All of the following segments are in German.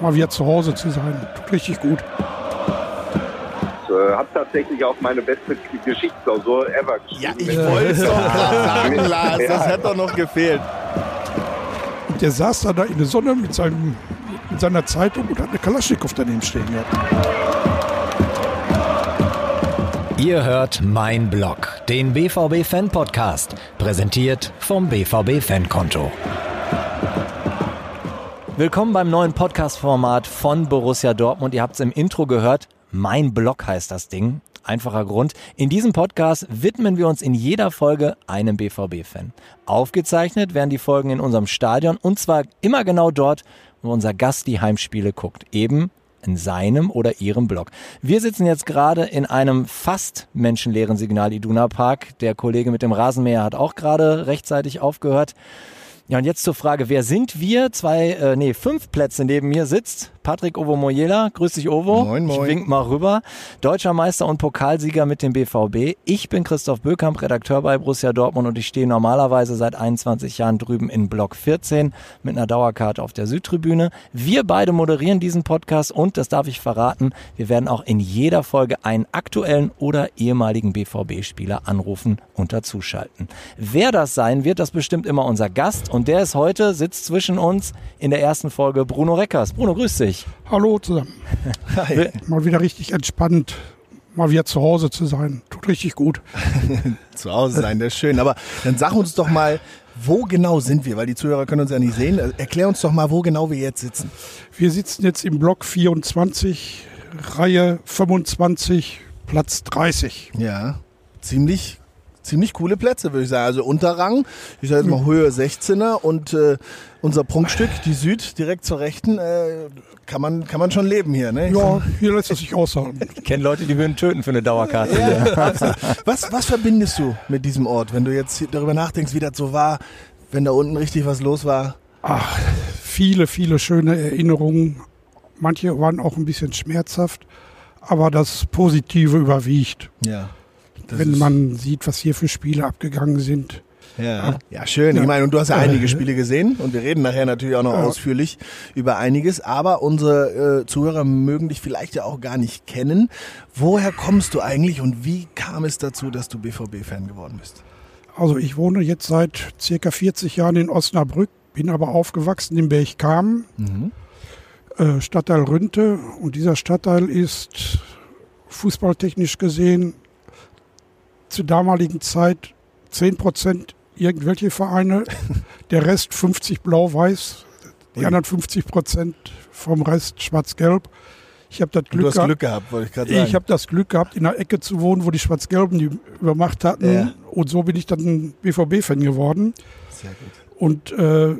mal wieder zu Hause zu sein. Tut richtig gut. Hat tatsächlich auch meine beste Geschichtsklausur ever geschrieben. Ja, ich wollte es doch gerade sagen, Lars. Das hätte doch noch gefehlt. Und der saß da in der Sonne mit seiner Zeitung und hat eine Kalaschnikow daneben stehen gehabt. Ihr hört Mein Blog, den BVB-Fan-Podcast, präsentiert vom BVB-Fankonto. Willkommen beim neuen Podcast-Format von Borussia Dortmund. Ihr habt es im Intro gehört, Mein Blog heißt das Ding. Einfacher Grund. In diesem Podcast widmen wir uns in jeder Folge einem BVB-Fan. Aufgezeichnet werden die Folgen in unserem Stadion und zwar immer genau dort, wo unser Gast die Heimspiele guckt. Eben in seinem oder ihrem Blog. Wir sitzen jetzt gerade in einem fast menschenleeren Signal Iduna Park. Der Kollege mit dem Rasenmäher hat auch gerade rechtzeitig aufgehört. Ja, und jetzt zur Frage, wer sind wir? 5 Plätze neben mir sitzt Patrick Ovomoyela. Grüß dich, Ovo. Moin, moin. Ich wink mal rüber. Deutscher Meister und Pokalsieger mit dem BVB. Ich bin Christoph Böckamp, Redakteur bei Borussia Dortmund und ich stehe normalerweise seit 21 Jahren drüben in Block 14 mit einer Dauerkarte auf der Südtribüne. Wir beide moderieren diesen Podcast und, das darf ich verraten, wir werden auch in jeder Folge einen aktuellen oder ehemaligen BVB-Spieler anrufen und dazuschalten. Wer das sein wird, das bestimmt immer unser Gast und der ist heute, sitzt zwischen uns in der ersten Folge Bruno Reckers. Bruno, grüß dich. Hallo zusammen. Hi. Mal wieder richtig entspannt, mal wieder zu Hause zu sein. Tut richtig gut. Zu Hause sein, das ist schön. Aber dann sag uns doch mal, wo genau sind wir? Weil die Zuhörer können uns ja nicht sehen. Erklär uns doch mal, wo genau wir jetzt sitzen. Wir sitzen jetzt im Block 24, Reihe 25, Platz 30. Ja, ziemlich coole Plätze, würde ich sagen. Also Unterrang, ich sage jetzt mal Höhe 16er und unser Prunkstück, die Süd, direkt zur Rechten, kann man schon leben hier, ne? Ja, hier lässt es sich aushalten. Ich kenne Leute, die würden töten für eine Dauerkarte. Ja, absolut. Was verbindest du mit diesem Ort, wenn du jetzt darüber nachdenkst, wie das so war, wenn da unten richtig was los war? Ach, viele, viele schöne Erinnerungen. Manche waren auch ein bisschen schmerzhaft, aber das Positive überwiegt. Ja. Wenn man sieht, was hier für Spiele abgegangen sind. Ja, schön. Ich meine, und du hast ja einige Spiele gesehen und wir reden nachher natürlich auch noch ausführlich über einiges, aber unsere Zuhörer mögen dich vielleicht ja auch gar nicht kennen. Woher kommst du eigentlich und wie kam es dazu, dass du BVB-Fan geworden bist? Also ich wohne jetzt seit circa 40 Jahren in Osnabrück, bin aber aufgewachsen in Berchtesgaden, Stadtteil Rünte, und dieser Stadtteil ist fußballtechnisch gesehen zur damaligen Zeit 10% irgendwelche Vereine, der Rest 50 blau-weiß, die anderen 50% vom Rest schwarz-gelb. Ich habe das Glück gehabt, wollte ich gerade sagen. Ich habe das Glück gehabt, in einer Ecke zu wohnen, wo die Schwarz-Gelben die Übermacht hatten. Ja. Und so bin ich dann BVB-Fan geworden. Sehr gut. Und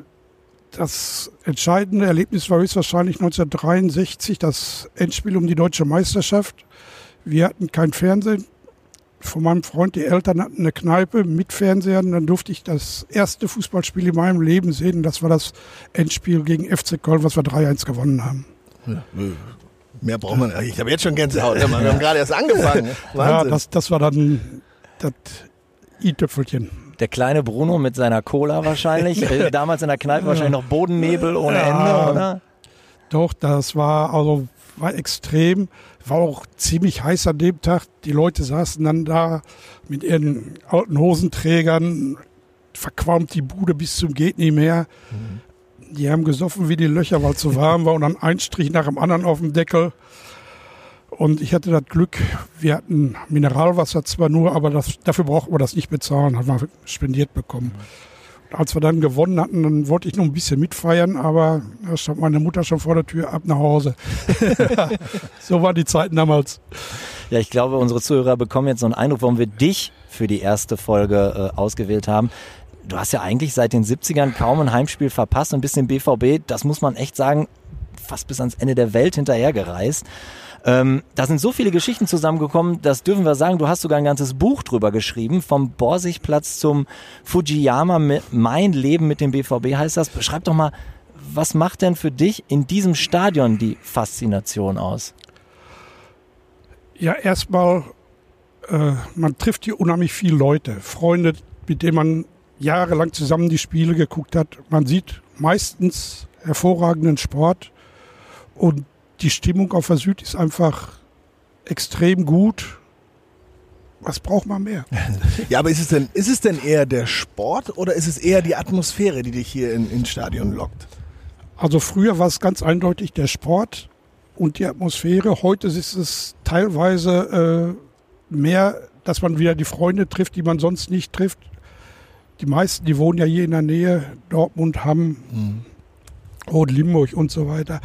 das entscheidende Erlebnis war höchstwahrscheinlich 1963, das Endspiel um die Deutsche Meisterschaft. Wir hatten kein Fernsehen. Von meinem Freund, die Eltern hatten eine Kneipe mit Fernseher. Und dann durfte ich das erste Fußballspiel in meinem Leben sehen. Das war das Endspiel gegen FC Köln, was wir 3-1 gewonnen haben. Ja, mehr braucht man. Ich habe jetzt schon Gänsehaut. Wir haben gerade erst angefangen. Wahnsinn. Ja, das war dann das i-Tüpfelchen. Der kleine Bruno mit seiner Cola wahrscheinlich. Damals in der Kneipe wahrscheinlich noch Bodennebel ohne Ende, oder? Doch, das war extrem. War auch ziemlich heiß an dem Tag. Die Leute saßen dann da mit ihren alten Hosenträgern, verqualmt die Bude bis zum geht nicht mehr. Die haben gesoffen wie die Löcher, weil es so warm war, und dann ein Strich nach dem anderen auf dem Deckel. Und ich hatte das Glück, wir hatten Mineralwasser zwar nur, aber dafür brauchten wir das nicht bezahlen, haben wir spendiert bekommen. Und als wir dann gewonnen hatten, dann wollte ich noch ein bisschen mitfeiern, aber da stand meine Mutter schon vor der Tür, ab nach Hause. So waren die Zeiten damals. Ja, ich glaube, unsere Zuhörer bekommen jetzt so einen Eindruck, warum wir dich für die erste Folge ausgewählt haben. Du hast ja eigentlich seit den 70ern kaum ein Heimspiel verpasst und bist dem BVB, das muss man echt sagen, fast bis ans Ende der Welt hinterhergereist. Da sind so viele Geschichten zusammengekommen, das dürfen wir sagen, du hast sogar ein ganzes Buch drüber geschrieben, vom Borsigplatz zum Fujiyama, mein Leben mit dem BVB heißt das. Beschreib doch mal, was macht denn für dich in diesem Stadion die Faszination aus? Ja, erstmal, man trifft hier unheimlich viele Leute, Freunde, mit denen man jahrelang zusammen die Spiele geguckt hat. Man sieht meistens hervorragenden Sport Und die Stimmung auf der Süd ist einfach extrem gut. Was braucht man mehr? Ja, aber ist es denn eher der Sport oder ist es eher die Atmosphäre, die dich hier ins Stadion lockt? Also früher war es ganz eindeutig der Sport und die Atmosphäre. Heute ist es teilweise mehr, dass man wieder die Freunde trifft, die man sonst nicht trifft. Die meisten, die wohnen ja hier in der Nähe, Dortmund, Hamm, Rot Limburg und so weiter.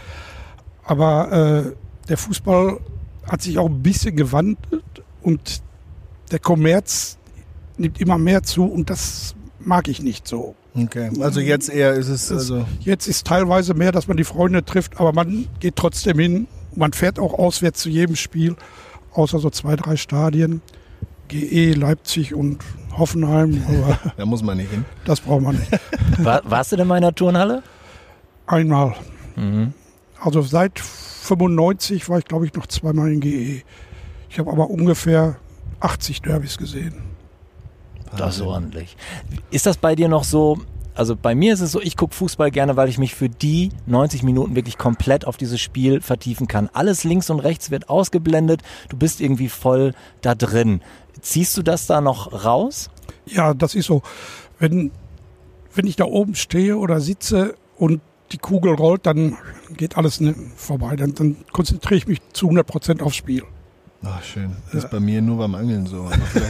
Aber der Fußball hat sich auch ein bisschen gewandelt und der Kommerz nimmt immer mehr zu und das mag ich nicht so. Okay, also jetzt eher ist es... Jetzt ist teilweise mehr, dass man die Freunde trifft, aber man geht trotzdem hin. Man fährt auch auswärts zu jedem Spiel, außer so 2, 3 Stadien. GE, Leipzig und Hoffenheim. Aber da muss man nicht hin. Das braucht man nicht. Warst du denn mal in der Turnhalle? Einmal. Also seit 95 war ich, glaube ich, noch 2-mal in GE. Ich habe aber ungefähr 80 Derbys gesehen. Das ist ordentlich. Ist das bei dir noch so, also bei mir ist es so, ich gucke Fußball gerne, weil ich mich für die 90 Minuten wirklich komplett auf dieses Spiel vertiefen kann. Alles links und rechts wird ausgeblendet, du bist irgendwie voll da drin. Ziehst du das da noch raus? Ja, das ist so. Wenn ich da oben stehe oder sitze und die Kugel rollt, dann geht alles vorbei. Dann konzentriere ich mich zu 100% aufs Spiel. Ach, schön. Das ist bei mir nur beim Angeln so.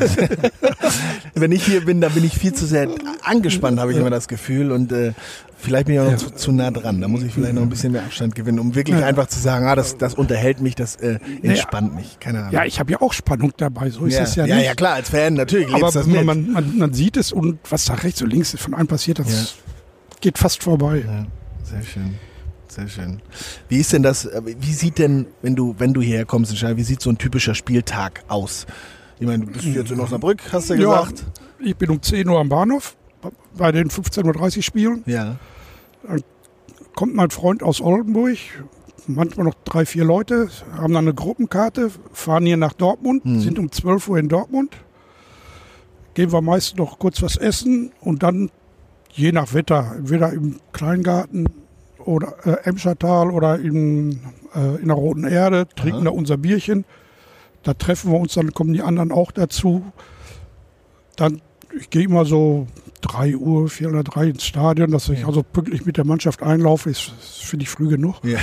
Wenn ich hier bin, dann bin ich viel zu sehr angespannt, habe ich immer das Gefühl. Und vielleicht bin ich auch noch zu nah dran. Da muss ich vielleicht noch ein bisschen mehr Abstand gewinnen, um wirklich einfach zu sagen, das unterhält mich, das entspannt mich. Keine Ahnung. Ja, ich habe ja auch Spannung dabei. So ist es ja nicht. Ja, klar, als Fan natürlich. Aber das mit. Man sieht es und was da rechts und links von einem passiert, das geht fast vorbei. Ja, sehr schön. Sehr schön. Wie ist denn das, wie sieht denn, wenn du hierher kommst, wie sieht so ein typischer Spieltag aus? Ich meine, du bist jetzt in Osnabrück, hast du gesagt? Ja, ich bin um 10 Uhr am Bahnhof bei den 15.30 Uhr Spielen. Ja. Dann kommt mein Freund aus Oldenburg, manchmal noch 3, 4 Leute, haben dann eine Gruppenkarte, fahren hier nach Dortmund, sind um 12 Uhr in Dortmund. Gehen wir meist noch kurz was essen und dann, je nach Wetter, entweder im Kleingarten oder Emschertal oder in der Roten Erde, trinken da unser Bierchen. Da treffen wir uns, dann kommen die anderen auch dazu. Dann, ich gehe immer so 3 Uhr, 4 oder 3 ins Stadion, dass ich also pünktlich mit der Mannschaft einlaufe, ist finde ich früh genug. Ja.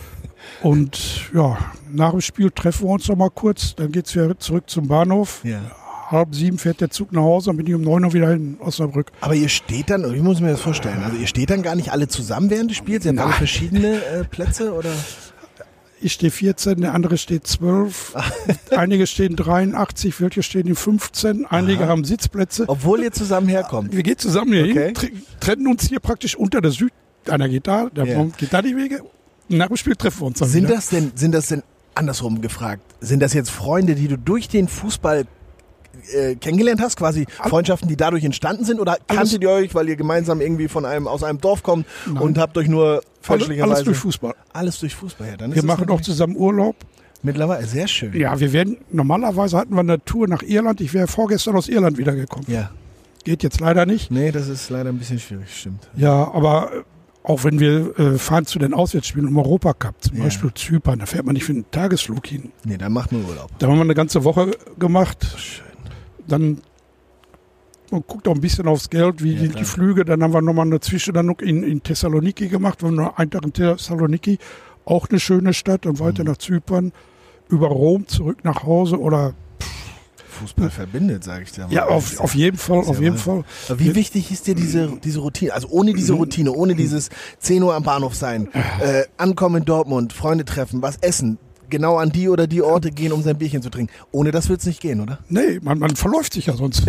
Und ja, nach dem Spiel treffen wir uns noch mal kurz, dann geht es wieder zurück zum Bahnhof. Ja. 6:30 fährt der Zug nach Hause, dann bin ich um 9 Uhr wieder in Osnabrück. Aber ihr steht dann, wie muss ich mir das vorstellen? Also ihr steht dann gar nicht alle zusammen während des Spiels? Ihr habt alle verschiedene Plätze, oder? Ich stehe 14, der andere steht 12. Einige stehen 83, welche stehen in 15. Einige haben Sitzplätze. Obwohl ihr zusammen herkommt? Wir gehen zusammen hier hin, trennen uns hier praktisch unter der Süd. Einer geht da, der geht da die Wege. Nach dem Spiel treffen wir uns dann sind das denn, andersrum gefragt, sind das jetzt Freunde, die du durch den Fußball kennengelernt hast, quasi Freundschaften, die dadurch entstanden sind, oder kanntet ihr euch, weil ihr gemeinsam irgendwie aus einem Dorf kommt und habt euch nur fälschlicherweise... Alles durch Fußball. Alles durch Fußball, ja. Dann wir machen auch zusammen Urlaub. Mittlerweile, sehr schön. Ja, normalerweise hatten wir eine Tour nach Irland. Ich wäre vorgestern aus Irland wiedergekommen. Ja. Geht jetzt leider nicht. Nee, das ist leider ein bisschen schwierig, stimmt. Ja, aber auch wenn wir fahren zu den Auswärtsspielen im Europacup, zum Beispiel Zypern, da fährt man nicht für einen Tagesflug hin. Nee, da macht man Urlaub. Da haben wir eine ganze Woche gemacht. Schön. Dann man guckt auch ein bisschen aufs Geld, wie die Flüge. Dann haben wir nochmal eine Zwischenlandung in Thessaloniki gemacht. Wir haben noch einen Tag in Thessaloniki, auch eine schöne Stadt. Und weiter nach Zypern, über Rom zurück nach Hause oder... Fußball verbindet, sage ich dir mal. Ja, auf jeden Fall, auf jeden Fall. Aber wie wichtig ist dir diese Routine? Also ohne diese Routine, ohne dieses 10 Uhr am Bahnhof sein, ankommen in Dortmund, Freunde treffen, was essen, genau an die oder die Orte gehen, um sein Bierchen zu trinken. Ohne das wird es nicht gehen, oder? Nee, man verläuft sich ja sonst.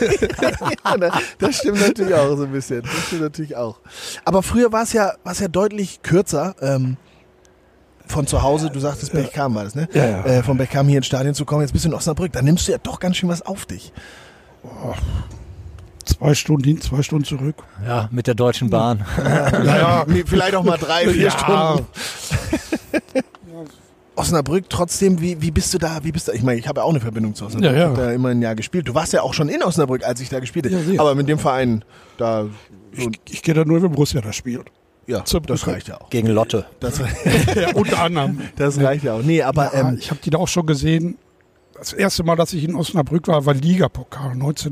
Ja, das stimmt natürlich auch so ein bisschen. Das stimmt natürlich auch. Aber früher war es ja deutlich kürzer, von zu Hause, du sagtest, Bergkamen war das, ne? Ja. Von Bergkamen hier ins Stadion zu kommen, jetzt bist du in Osnabrück. Da nimmst du ja doch ganz schön was auf dich. 2 Stunden hin, 2 Stunden zurück. Ja, mit der Deutschen Bahn. Ja, vielleicht auch mal 3, 4 Stunden. Osnabrück trotzdem, wie bist du da? Ich meine, ich habe ja auch eine Verbindung zu Osnabrück. Ich habe da immer ein Jahr gespielt. Du warst ja auch schon in Osnabrück, als ich da gespielt habe. Ja, aber mit dem Verein, da... Ich gehe da nur, wenn Borussia da spielt. Ja, zur das Brücke. reicht ja auch. Gegen Lotte. Das, Ja, unter anderem. das reicht ja auch. Nee, aber Ja, ich habe die da auch schon gesehen. Das erste Mal, dass ich in Osnabrück war Ligapokal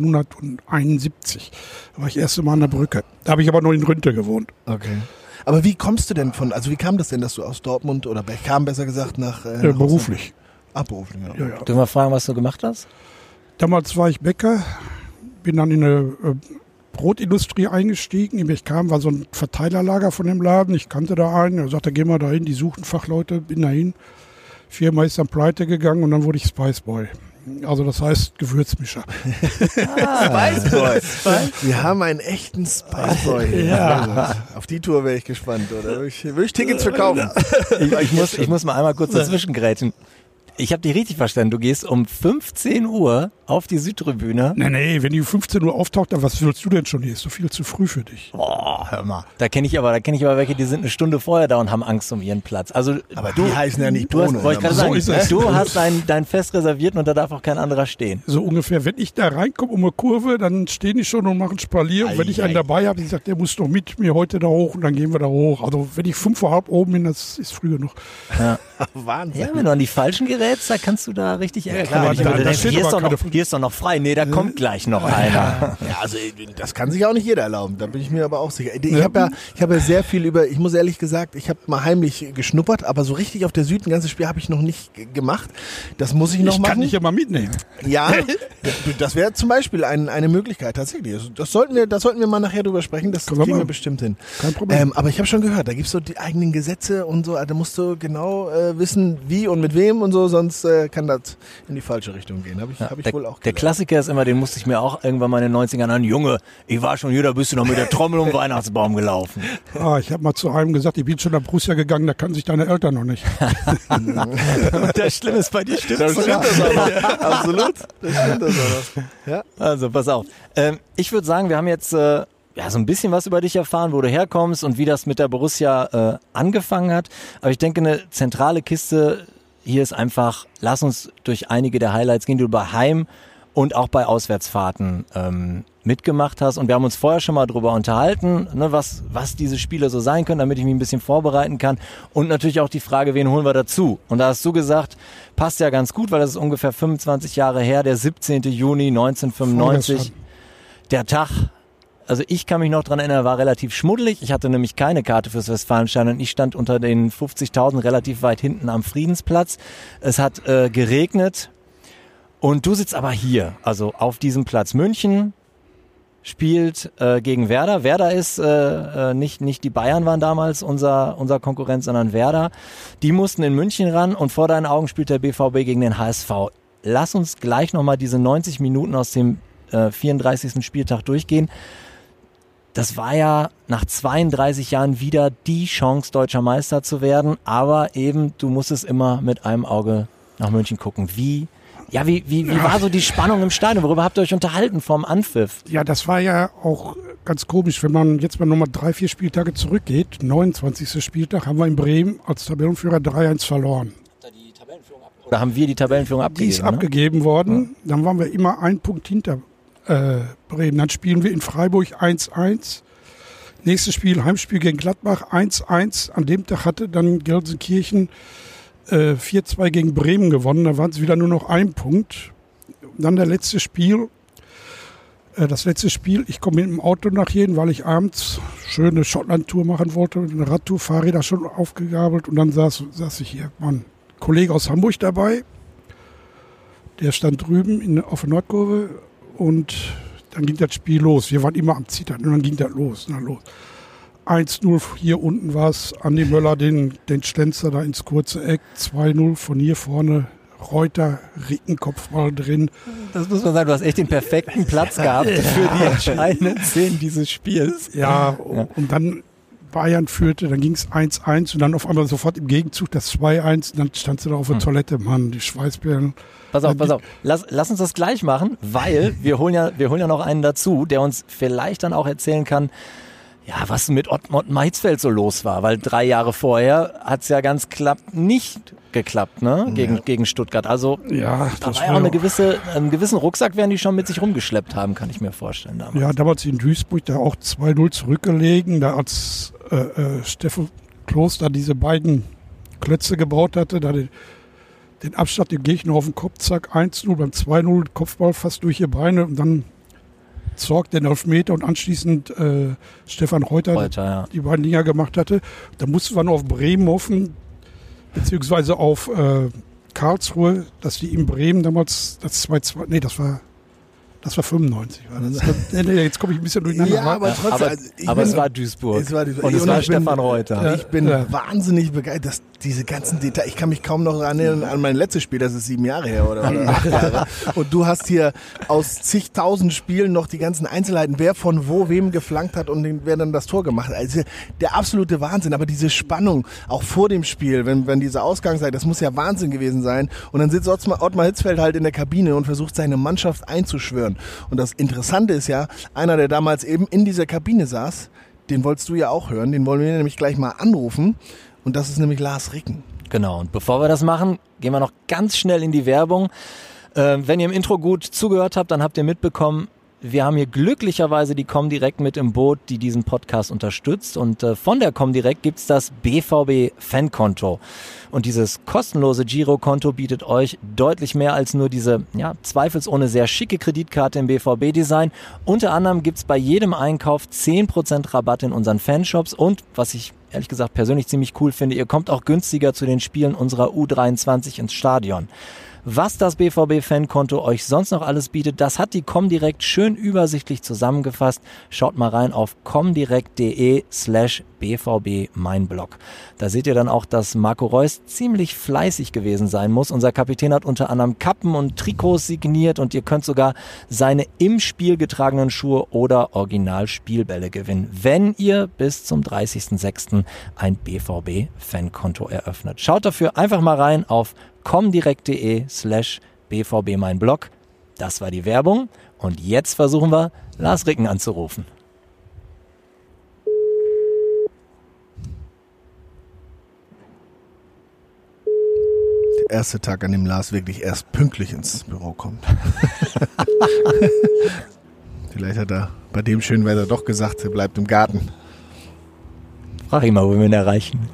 1971. Da war ich das erste Mal an der Brücke. Da habe ich aber noch in Rünte gewohnt. okay. Aber wie kommst du denn wie kam das denn, dass du aus Dortmund oder kam besser gesagt nach Beruflich. Beruflich, ja. Ja, ja. Dürfen wir fragen, was du gemacht hast? Damals war ich Bäcker, bin dann in eine Brotindustrie eingestiegen. Ich kam, war so ein Verteilerlager von dem Laden. Ich kannte da einen. Er sagte, geh mal dahin, die suchen Fachleute. Bin dahin. Firma ist dann pleite gegangen und dann wurde ich Spiceboy. Also das heißt Gewürzmischer. Spiceboy. Wir haben einen echten Spiceboy. Ja. Auf die Tour wäre ich gespannt, oder? Würde ich Tickets verkaufen? Ich muss mal einmal kurz dazwischen grätschen. Ich habe dich richtig verstanden. Du gehst um 15 Uhr auf die Südtribüne. Nee, wenn die um 15 Uhr auftaucht, dann was willst du denn schon hier? Ist doch viel zu früh für dich. Boah, hör mal. Da kenne ich aber welche, die sind eine Stunde vorher da und haben Angst um ihren Platz. Also Aber die heißen ja nicht du hast, Bruno. wollte ich gerade sagen, So ist es. du hast dein Fest reserviert und da darf auch kein anderer stehen. So ungefähr, wenn ich da reinkomme um eine Kurve, dann stehen die schon und machen Spalier. Und wenn ich einen dabei habe, die sagt, der muss doch mit mir heute da hoch und dann gehen wir da hoch. Also wenn ich 5 vor halb oben bin, das ist früh genug. Wahnsinn. Ja, wenn du an die Falschen gerätst, da kannst du da richtig Ärger klar, kriegen. da- Wenn du da denkst, steht hier ist aber doch noch- keine- hier ist doch noch frei. Nee, da kommt gleich noch einer. Ja, also das kann sich auch nicht jeder erlauben, da bin ich mir aber auch sicher. Ich habe ja sehr viel ich muss ehrlich gesagt, ich habe mal heimlich geschnuppert, aber so richtig auf der Süd ein ganzes Spiel habe ich noch nicht gemacht. Das muss ich noch Ich machen. kann dich ja mal mitnehmen. Ja, das wäre zum Beispiel eine Möglichkeit tatsächlich. Also das sollten wir mal nachher drüber sprechen, das Können wir kriegen wir machen. bestimmt hin. Kein Problem. Aber ich habe schon gehört, da gibt's so die eigenen Gesetze und so, da musst du genau wissen, wie und mit wem und so, sonst kann das in die falsche Richtung gehen. Hab ich wohl auch Der gelernt. Klassiker ist immer, den musste ich mir auch irgendwann mal in den 90ern an. Junge, ich war schon hier, da bist du noch mit der Trommel um den Weihnachtsbaum gelaufen. Ich habe mal zu einem gesagt, ich bin schon nach Borussia gegangen, da kannten sich deine Eltern noch nicht. Und das Schlimme ist, bei dir stimmt Das das stimmt sogar. das aber. Absolut. Das stimmt das aber. Ja. Also, pass auf. Ich würde sagen, wir haben jetzt so ein bisschen was über dich erfahren, wo du herkommst und wie das mit der Borussia angefangen hat. Aber ich denke, eine zentrale Kiste hier ist einfach, lass uns durch einige der Highlights gehen, die du bei Heim- und auch bei Auswärtsfahrten mitgemacht hast. Und wir haben uns vorher schon mal drüber unterhalten, ne, was diese Spiele so sein können, damit ich mich ein bisschen vorbereiten kann. Und natürlich auch die Frage, wen holen wir dazu? Und da hast du gesagt, passt ja ganz gut, weil das ist ungefähr 25 Jahre her, der 17. Juni 1995. Vorgestern. Der Tag, also ich kann mich noch dran erinnern, war relativ schmuddelig. Ich hatte nämlich keine Karte fürs Westfalenstadion und ich stand unter den 50.000 relativ weit hinten am Friedensplatz. Es hat geregnet und du sitzt aber hier, also auf diesem Platz. München spielt gegen Werder. Werder ist, nicht die Bayern waren damals unser Konkurrent, sondern Werder. Die mussten in München ran und vor deinen Augen spielt der BVB gegen den HSV. Lass uns gleich nochmal diese 90 Minuten aus dem 34. Spieltag durchgehen. Das war ja nach 32 Jahren wieder die Chance, deutscher Meister zu werden, aber eben, du musstest immer mit einem Auge nach München gucken. Wie war so die Spannung im Stadion? Worüber habt ihr euch unterhalten vorm Anpfiff? Ja, das war ja auch ganz komisch, wenn man jetzt mal nochmal 3-4 Spieltage zurückgeht. 29. Spieltag haben wir in Bremen als Tabellenführer 3-1 verloren. Oder haben wir die Tabellenführung Die abgegeben? ist abgegeben worden. Dann waren wir immer einen Punkt hinter Bremen. Dann spielen wir in Freiburg 1-1. Nächstes Spiel, Heimspiel gegen Gladbach 1-1. An dem Tag hatte dann Gelsenkirchen 4-2 gegen Bremen gewonnen. Da waren es wieder nur noch ein Punkt. Dann das letzte Spiel, ich komme mit dem Auto nach hier, weil ich abends schöne Schottland-Tour machen wollte. Eine Radtour, Fahrräder schon aufgegabelt. Und dann saß ich hier. War ein Kollege aus Hamburg dabei. Der stand drüben auf der Nordkurve. Und dann ging das Spiel los. Wir waren immer am Zittern. Und dann ging das los. 1-0, hier unten war es Andi Möller, den Stenzer da ins kurze Eck. 2-0 von hier vorne. Reuter, Rickenkopfball drin. Das muss man sagen, du hast echt den perfekten Platz gehabt für die entscheidenden Szenen dieses Spiels. Ja, und dann Bayern führte, dann ging es 1-1 und dann auf einmal sofort im Gegenzug das 2-1 und dann standst du da auf der Toilette, Mann, die Schweißperlen. Pass auf. Lass uns das gleich machen, weil wir holen ja noch einen dazu, der uns vielleicht dann auch erzählen kann, Ja, was mit Ottmar Hitzfeld so los war, weil 3 Jahre vorher hat es ja ganz nicht geklappt, ne? Gegen Stuttgart. Also Ja, da das war ja auch einen gewissen Rucksack, werden die schon mit sich rumgeschleppt haben, kann ich mir vorstellen. Damals. Ja, damals in Duisburg da auch 2-0 zurückgelegen. Da als Steffen Kloster diese beiden Klötze gebaut hatte, da den Abschlag dem Gegner auf den Kopf, zack, 1-0, beim 2-0 Kopfball fast durch die Beine und dann Zorg den Elfmeter und anschließend Stefan Reuter die beiden Dinger gemacht hatte. Da mussten wir noch auf Bremen hoffen, beziehungsweise auf Karlsruhe, dass die in Bremen damals das 2-2, nee, das war 95. Jetzt komme ich ein bisschen durcheinander. Ja, aber trotzdem. Aber es war Duisburg. Und es war Stefan Reuter. Ich bin wahnsinnig begeistert, dass diese ganzen Details, ich kann mich kaum noch erinnern an mein letztes Spiel, das ist 7 Jahre her oder 8 Jahre. Und du hast hier aus zigtausend Spielen noch die ganzen Einzelheiten, wer von wo wem geflankt hat und wer dann das Tor gemacht hat. Also der absolute Wahnsinn, aber diese Spannung, auch vor dem Spiel, wenn diese Ausgangszeit, das muss ja Wahnsinn gewesen sein. Und dann sitzt Ottmar Hitzfeld halt in der Kabine und versucht seine Mannschaft einzuschwören. Und das Interessante ist ja, einer, der damals eben in dieser Kabine saß, den wolltest du ja auch hören, den wollen wir nämlich gleich mal anrufen. Und das ist nämlich Lars Ricken. Genau, und bevor wir das machen, gehen wir noch ganz schnell in die Werbung. Wenn ihr im Intro gut zugehört habt, dann habt ihr mitbekommen, wir haben hier glücklicherweise die Comdirect mit im Boot, die diesen Podcast unterstützt. Und von der Comdirect gibt's das BVB-Fankonto. Und dieses kostenlose Girokonto bietet euch deutlich mehr als nur diese zweifelsohne sehr schicke Kreditkarte im BVB-Design. Unter anderem gibt's bei jedem Einkauf 10% Rabatt in unseren Fanshops. Und was ich ehrlich gesagt persönlich ziemlich cool finde, ihr kommt auch günstiger zu den Spielen unserer U23 ins Stadion. Was das BVB-Fankonto euch sonst noch alles bietet, das hat die Comdirect schön übersichtlich zusammengefasst. Schaut mal rein auf comdirect.de/BVB mein Blog. Da seht ihr dann auch, dass Marco Reus ziemlich fleißig gewesen sein muss. Unser Kapitän hat unter anderem Kappen und Trikots signiert und ihr könnt sogar seine im Spiel getragenen Schuhe oder Original-Spielbälle gewinnen, wenn ihr bis zum 30.06. ein BVB-Fankonto eröffnet. Schaut dafür einfach mal rein auf comdirect.de/BVB mein Blog. Das war die Werbung und jetzt versuchen wir, Lars Ricken anzurufen. Der erste Tag, an dem Lars wirklich erst pünktlich ins Büro kommt. Vielleicht hat er bei dem schönen Wetter doch gesagt, er bleibt im Garten. Frag ihn mal, wo wir ihn erreichen.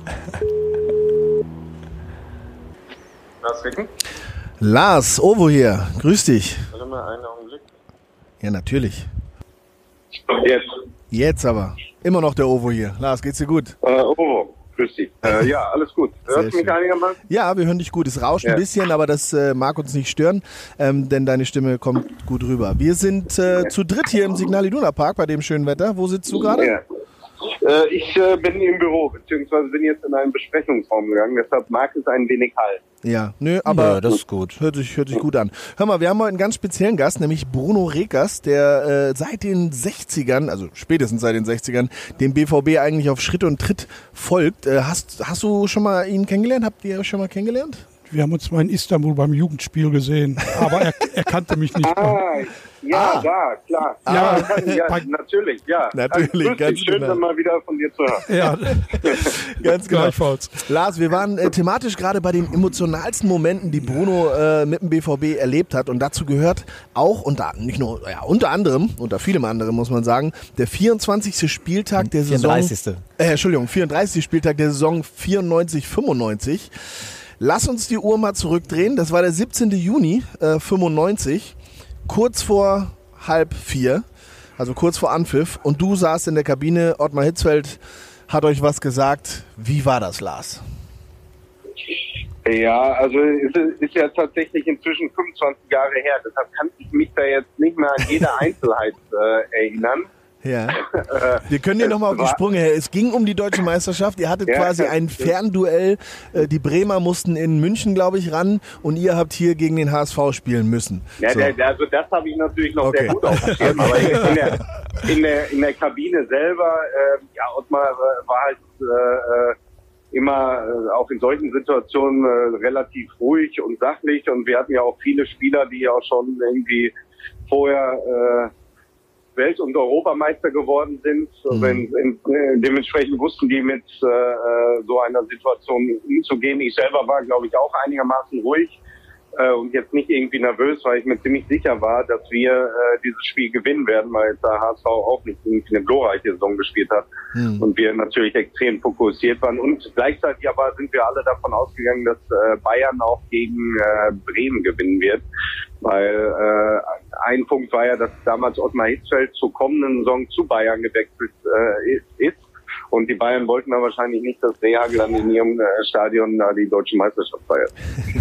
Lars Ricken? Lars, Ovo hier, grüß dich. Warte mal einen Augenblick. Ja, natürlich. Jetzt. Jetzt aber. Immer noch der Ovo hier. Lars, geht's dir gut? Ovo, grüß dich. Ja, alles gut. Hörst du mich einigermaßen? Ja, wir hören dich gut. Es rauscht ein bisschen, aber das mag uns nicht stören, denn deine Stimme kommt gut rüber. Wir sind zu dritt hier im Signal Iduna Park bei dem schönen Wetter. Wo sitzt du gerade? Ja. Ich bin im Büro, beziehungsweise bin jetzt in einen Besprechungsraum gegangen, deshalb mag es ein wenig Hall. Ja, nö, aber das ist gut. Hört sich gut an. Hör mal, wir haben heute einen ganz speziellen Gast, nämlich Bruno Rekers, der seit den 60ern, also spätestens seit den 60ern, dem BVB eigentlich auf Schritt und Tritt folgt. Hast du schon mal ihn kennengelernt? Habt ihr schon mal kennengelernt? Wir haben uns mal in Istanbul beim Jugendspiel gesehen, aber er kannte mich nicht. Ja, klar. Natürlich, ja. Natürlich, ganz schön, genau. dann mal wieder von dir zu hören. Ja, Ganz genau. gleichfalls. Lars, wir waren thematisch gerade bei den emotionalsten Momenten, die Bruno mit dem BVB erlebt hat. Und dazu gehört auch unter vielem anderen muss man sagen, der 24. Spieltag der Saison. 34. Spieltag der Saison 94/95. Lass uns die Uhr mal zurückdrehen. Das war der 17. Juni 95, kurz vor 3:30, also kurz vor Anpfiff. Und du saßt in der Kabine, Ottmar Hitzfeld hat euch was gesagt. Wie war das, Lars? Ja, also es ist ja tatsächlich inzwischen 25 Jahre her. Deshalb kann ich mich da jetzt nicht mehr an jede Einzelheit erinnern. Ja. Wir können dir nochmal auf die Sprünge her. Es ging um die deutsche Meisterschaft. Ihr hattet quasi ein Fernduell. Die Bremer mussten in München, glaube ich, ran und ihr habt hier gegen den HSV spielen müssen. Ja, so. Also das habe ich natürlich noch sehr gut aufgeschrieben. Aber in der Kabine selber, Ottmar war halt immer auch in solchen Situationen relativ ruhig und sachlich. Und wir hatten ja auch viele Spieler, die auch schon irgendwie vorher Welt- und Europameister geworden sind. Dementsprechend wussten die mit so einer Situation umzugehen. Ich selber war, glaube ich, auch einigermaßen ruhig und jetzt nicht irgendwie nervös, weil ich mir ziemlich sicher war, dass wir dieses Spiel gewinnen werden, weil der HSV auch nicht irgendwie eine glorreiche Saison gespielt hat und wir natürlich extrem fokussiert waren. Und gleichzeitig aber sind wir alle davon ausgegangen, dass Bayern auch gegen Bremen gewinnen wird, weil ein Punkt war ja, dass damals Ottmar Hitzfeld zur kommenden Saison zu Bayern gewechselt ist. Und die Bayern wollten da wahrscheinlich nicht, dass Rehagel dann in ihrem Stadion da die deutsche Meisterschaft feiert.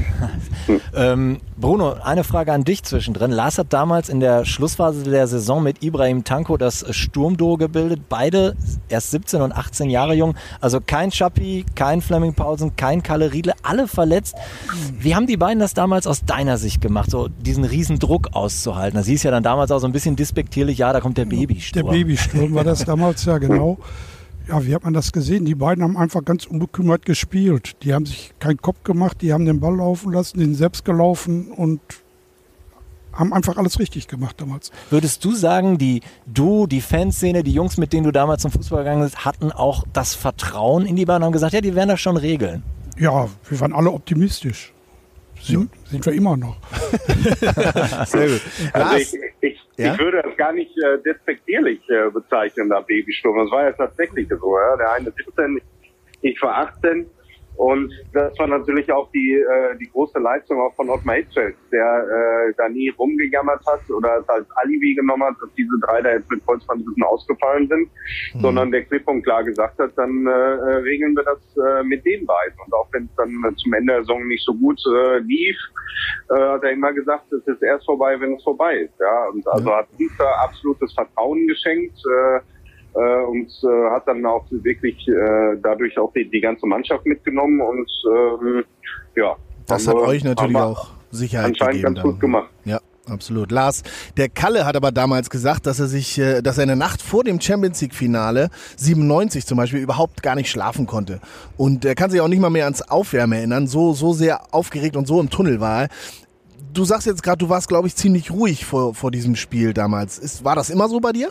Bruno, eine Frage an dich zwischendrin. Lars hat damals in der Schlussphase der Saison mit Ibrahim Tanko das Sturmduo gebildet. Beide erst 17 und 18 Jahre jung. Also kein Schappi, kein Flemming Paulsen, kein Kalle Riedle, alle verletzt. Wie haben die beiden das damals aus deiner Sicht gemacht, so diesen riesen Druck auszuhalten? Das hieß ja dann damals auch so ein bisschen despektierlich, ja, da kommt der Babysturm. Der Babysturm war das damals, ja genau. Ja, wie hat man das gesehen? Die beiden haben einfach ganz unbekümmert gespielt. Die haben sich keinen Kopf gemacht, die haben den Ball laufen lassen, den selbst gelaufen und haben einfach alles richtig gemacht damals. Würdest du sagen, die Fanszene, die Jungs, mit denen du damals zum Fußball gegangen bist, hatten auch das Vertrauen in die beiden und haben gesagt, ja, die werden das schon regeln? Ja, wir waren alle optimistisch. Sind wir immer noch. Sehr gut. Also ich würde das gar nicht despektierlich bezeichnen, der Babysturm. Das war ja tatsächlich so. Ja? Der eine 17, ich war 18. Und das war natürlich auch die große Leistung auch von Ottmar Hitzfeld, der da nie rumgejammert hat oder es als Alibi genommen hat, dass diese drei da jetzt mit Kreuzbandrissen ausgefallen sind, sondern der klipp und klar gesagt hat, dann regeln wir das mit den beiden. Und auch wenn es dann zum Ende der Saison nicht so gut lief, hat er immer gesagt, es ist erst vorbei, wenn es vorbei ist. Ja, und also hat uns da absolutes Vertrauen geschenkt. Und hat dann auch wirklich dadurch auch die ganze Mannschaft mitgenommen und ja. Das hat euch natürlich auch Sicherheit gegeben. Anscheinend ganz gut gemacht. Ja, absolut. Lars, der Kalle hat aber damals gesagt, dass er eine Nacht vor dem Champions-League-Finale 97 zum Beispiel überhaupt gar nicht schlafen konnte. Und er kann sich auch nicht mal mehr ans Aufwärmen erinnern. So sehr aufgeregt und so im Tunnel war er. Du sagst jetzt gerade, du warst, glaube ich, ziemlich ruhig vor diesem Spiel damals. War das immer so bei dir?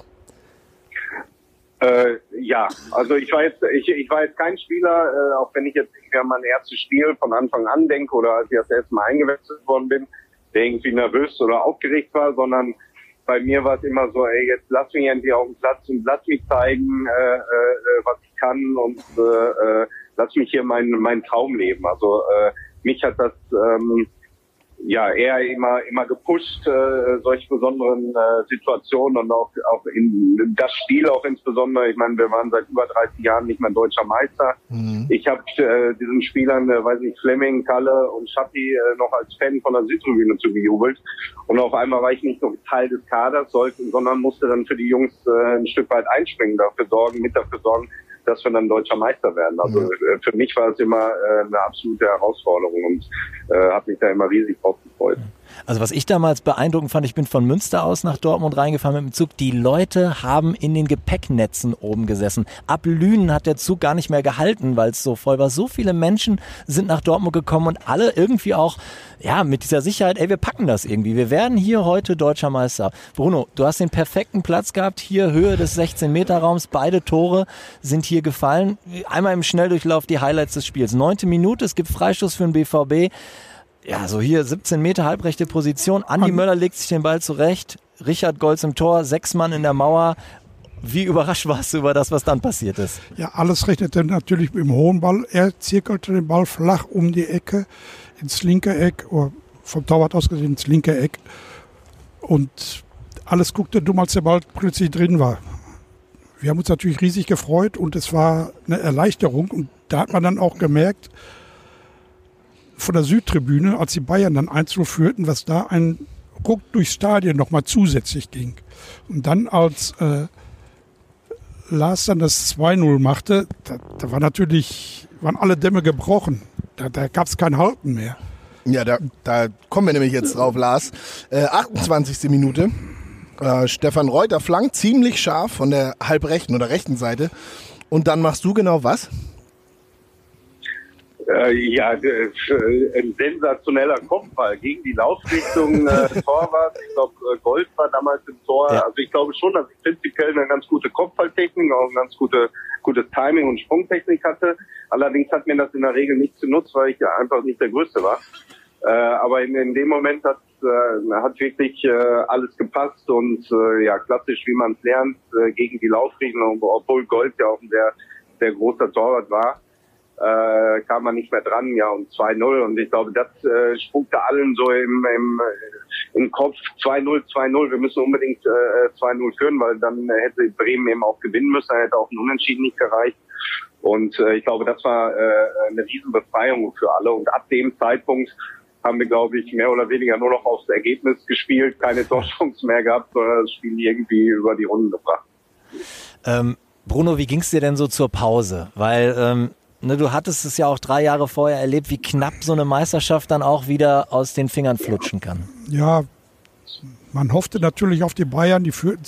Ja, also ich war jetzt kein Spieler, auch wenn ich jetzt an mein erstes Spiel von Anfang an denke oder als ich das erste Mal eingewechselt worden bin, der irgendwie nervös oder aufgeregt war, sondern bei mir war es immer so, ey, jetzt lass mich endlich auf den Platz und lass mich zeigen, was ich kann und lass mich hier meinen Traum leben. Also mich hat das eher immer gepusht, solche besonderen Situationen und auch in das Spiel auch insbesondere. Ich meine, wir waren seit über 30 Jahren nicht mehr deutscher Meister. Ich habe diesen Spielern, weiß nicht, Flemming, Kalle und Schappi noch als Fan von der Südtribüne zugejubelt. Und auf einmal war ich nicht nur Teil des Kaders, sondern musste dann für die Jungs ein Stück weit einspringen, dafür sorgen, dass wir dann deutscher Meister werden. Also für mich war es immer eine absolute Herausforderung und habe mich da immer riesig drauf gefreut. Also was ich damals beeindruckend fand, ich bin von Münster aus nach Dortmund reingefahren mit dem Zug, die Leute haben in den Gepäcknetzen oben gesessen. Ab Lünen hat der Zug gar nicht mehr gehalten, weil es so voll war. So viele Menschen sind nach Dortmund gekommen und alle irgendwie auch mit dieser Sicherheit, ey, wir packen das irgendwie. Wir werden hier heute deutscher Meister. Bruno, du hast den perfekten Platz gehabt, hier Höhe des 16-Meter-Raums, beide Tore sind hier gefallen. Einmal im Schnelldurchlauf die Highlights des Spiels. 9. Minute, es gibt Freistoß für den BVB. Ja, so hier 17 Meter halbrechte Position. Andi Möller legt sich den Ball zurecht. Richard Golz im Tor, 6 Mann in der Mauer. Wie überrascht warst du über das, was dann passiert ist? Ja, alles rechnete natürlich mit dem hohen Ball. Er zirkelte den Ball flach um die Ecke, ins linke Eck, oder vom Torwart aus gesehen ins linke Eck. Und alles guckte dumm, als der Ball plötzlich drin war. Wir haben uns natürlich riesig gefreut und es war eine Erleichterung. Und da hat man dann auch gemerkt, von der Südtribüne, als die Bayern dann 1-0 führten, was da ein Ruck durchs Stadion nochmal zusätzlich ging. Und dann, als Lars dann das 2-0 machte, da waren alle Dämme gebrochen. Da gab es kein Halten mehr. Ja, da kommen wir nämlich jetzt drauf, Lars. 28. Minute. Stefan Reuter flankt ziemlich scharf von der halbrechten oder rechten Seite. Und dann machst du genau was? Ein sensationeller Kopfball gegen die Laufrichtung Torwart. Ich glaube, Gold war damals im Tor. Ja. Also ich glaube schon, dass ich prinzipiell eine ganz gute Kopfballtechnik, auch ein ganz gutes Timing und Sprungtechnik hatte. Allerdings hat mir das in der Regel nichts genutzt, weil ich ja einfach nicht der Größte war. Aber in dem Moment hat wirklich alles gepasst und klassisch, wie man es lernt, gegen die Laufrichtung, obwohl Gold ja auch ein sehr großer Torwart war. Kam man nicht mehr dran, und 2-0. Und ich glaube, das spuckte allen so im Kopf. 2-0, 2-0. Wir müssen unbedingt 2-0 führen, weil dann hätte Bremen eben auch gewinnen müssen. Hätte auch ein Unentschieden nicht gereicht. Und ich glaube, das war eine Riesenbefreiung für alle. Und ab dem Zeitpunkt haben wir, glaube ich, mehr oder weniger nur noch aufs Ergebnis gespielt, keine Torchance mehr gehabt, sondern das Spiel irgendwie über die Runden gebracht. Bruno, wie ging's dir denn so zur Pause? Weil du hattest es ja auch 3 Jahre vorher erlebt, wie knapp so eine Meisterschaft dann auch wieder aus den Fingern flutschen kann. Ja, man hoffte natürlich auf die Bayern, die führten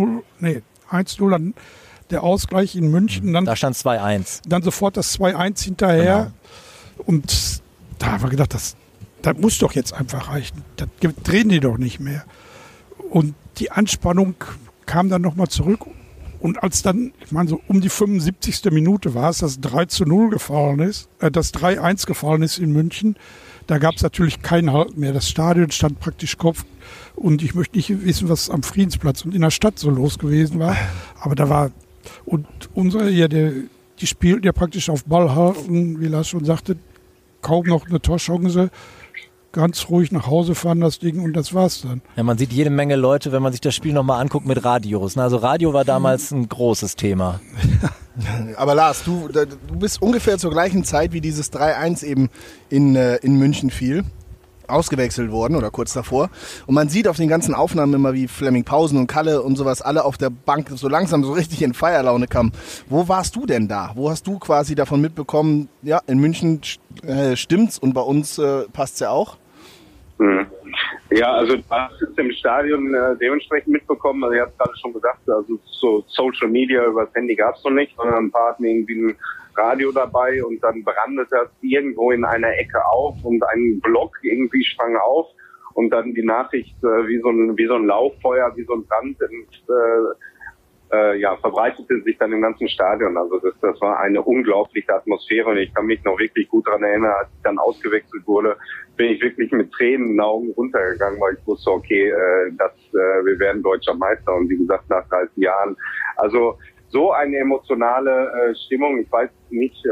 1-0, dann der Ausgleich in München. Dann, da stand 2-1. Dann sofort das 2-1 hinterher. Genau. Und da haben wir gedacht, das muss doch jetzt einfach reichen. Das drehen die doch nicht mehr. Und die Anspannung kam dann nochmal zurück. Und als dann, ich meine, so um die 75. Minute war es, dass 3-0 gefallen ist, das 3-1 gefallen ist in München, da gab es natürlich keinen Halt mehr. Das Stadion stand praktisch Kopf. Und ich möchte nicht wissen, was am Friedensplatz und in der Stadt so los gewesen war. Aber da war, und die spielten ja praktisch auf Ball halten, wie Lars schon sagte, kaum noch eine Torchance. Ganz ruhig nach Hause fahren, das Ding, und das war's dann. Ja, man sieht jede Menge Leute, wenn man sich das Spiel nochmal anguckt, mit Radios. Also Radio war damals ein großes Thema. Aber Lars, du bist ungefähr zur gleichen Zeit, wie dieses 3-1 eben in München fiel, ausgewechselt worden oder kurz davor. Und man sieht auf den ganzen Aufnahmen immer, wie Flemming Pausen und Kalle und sowas alle auf der Bank so langsam so richtig in Feierlaune kamen. Wo warst du denn da? Wo hast du quasi davon mitbekommen, ja, in München stimmt's und bei uns passt's ja auch? Ja, also du hast es im Stadion dementsprechend mitbekommen. Also ich habe es gerade schon gesagt, also so Social Media über das Handy gab es noch nicht, sondern ein paar hatten irgendwie ein Radio dabei und dann brannte das irgendwo in einer Ecke auf und ein Block irgendwie sprang auf und dann die Nachricht wie so ein Lauffeuer, wie so ein Brand verbreitete sich dann im ganzen Stadion. Also das war eine unglaubliche Atmosphäre und ich kann mich noch wirklich gut daran erinnern, als ich dann ausgewechselt wurde, bin ich wirklich mit Tränen in den Augen runtergegangen, weil ich wusste, okay, wir werden deutscher Meister und wie gesagt nach 30 Jahren. Also so eine emotionale Stimmung, ich weiß nicht,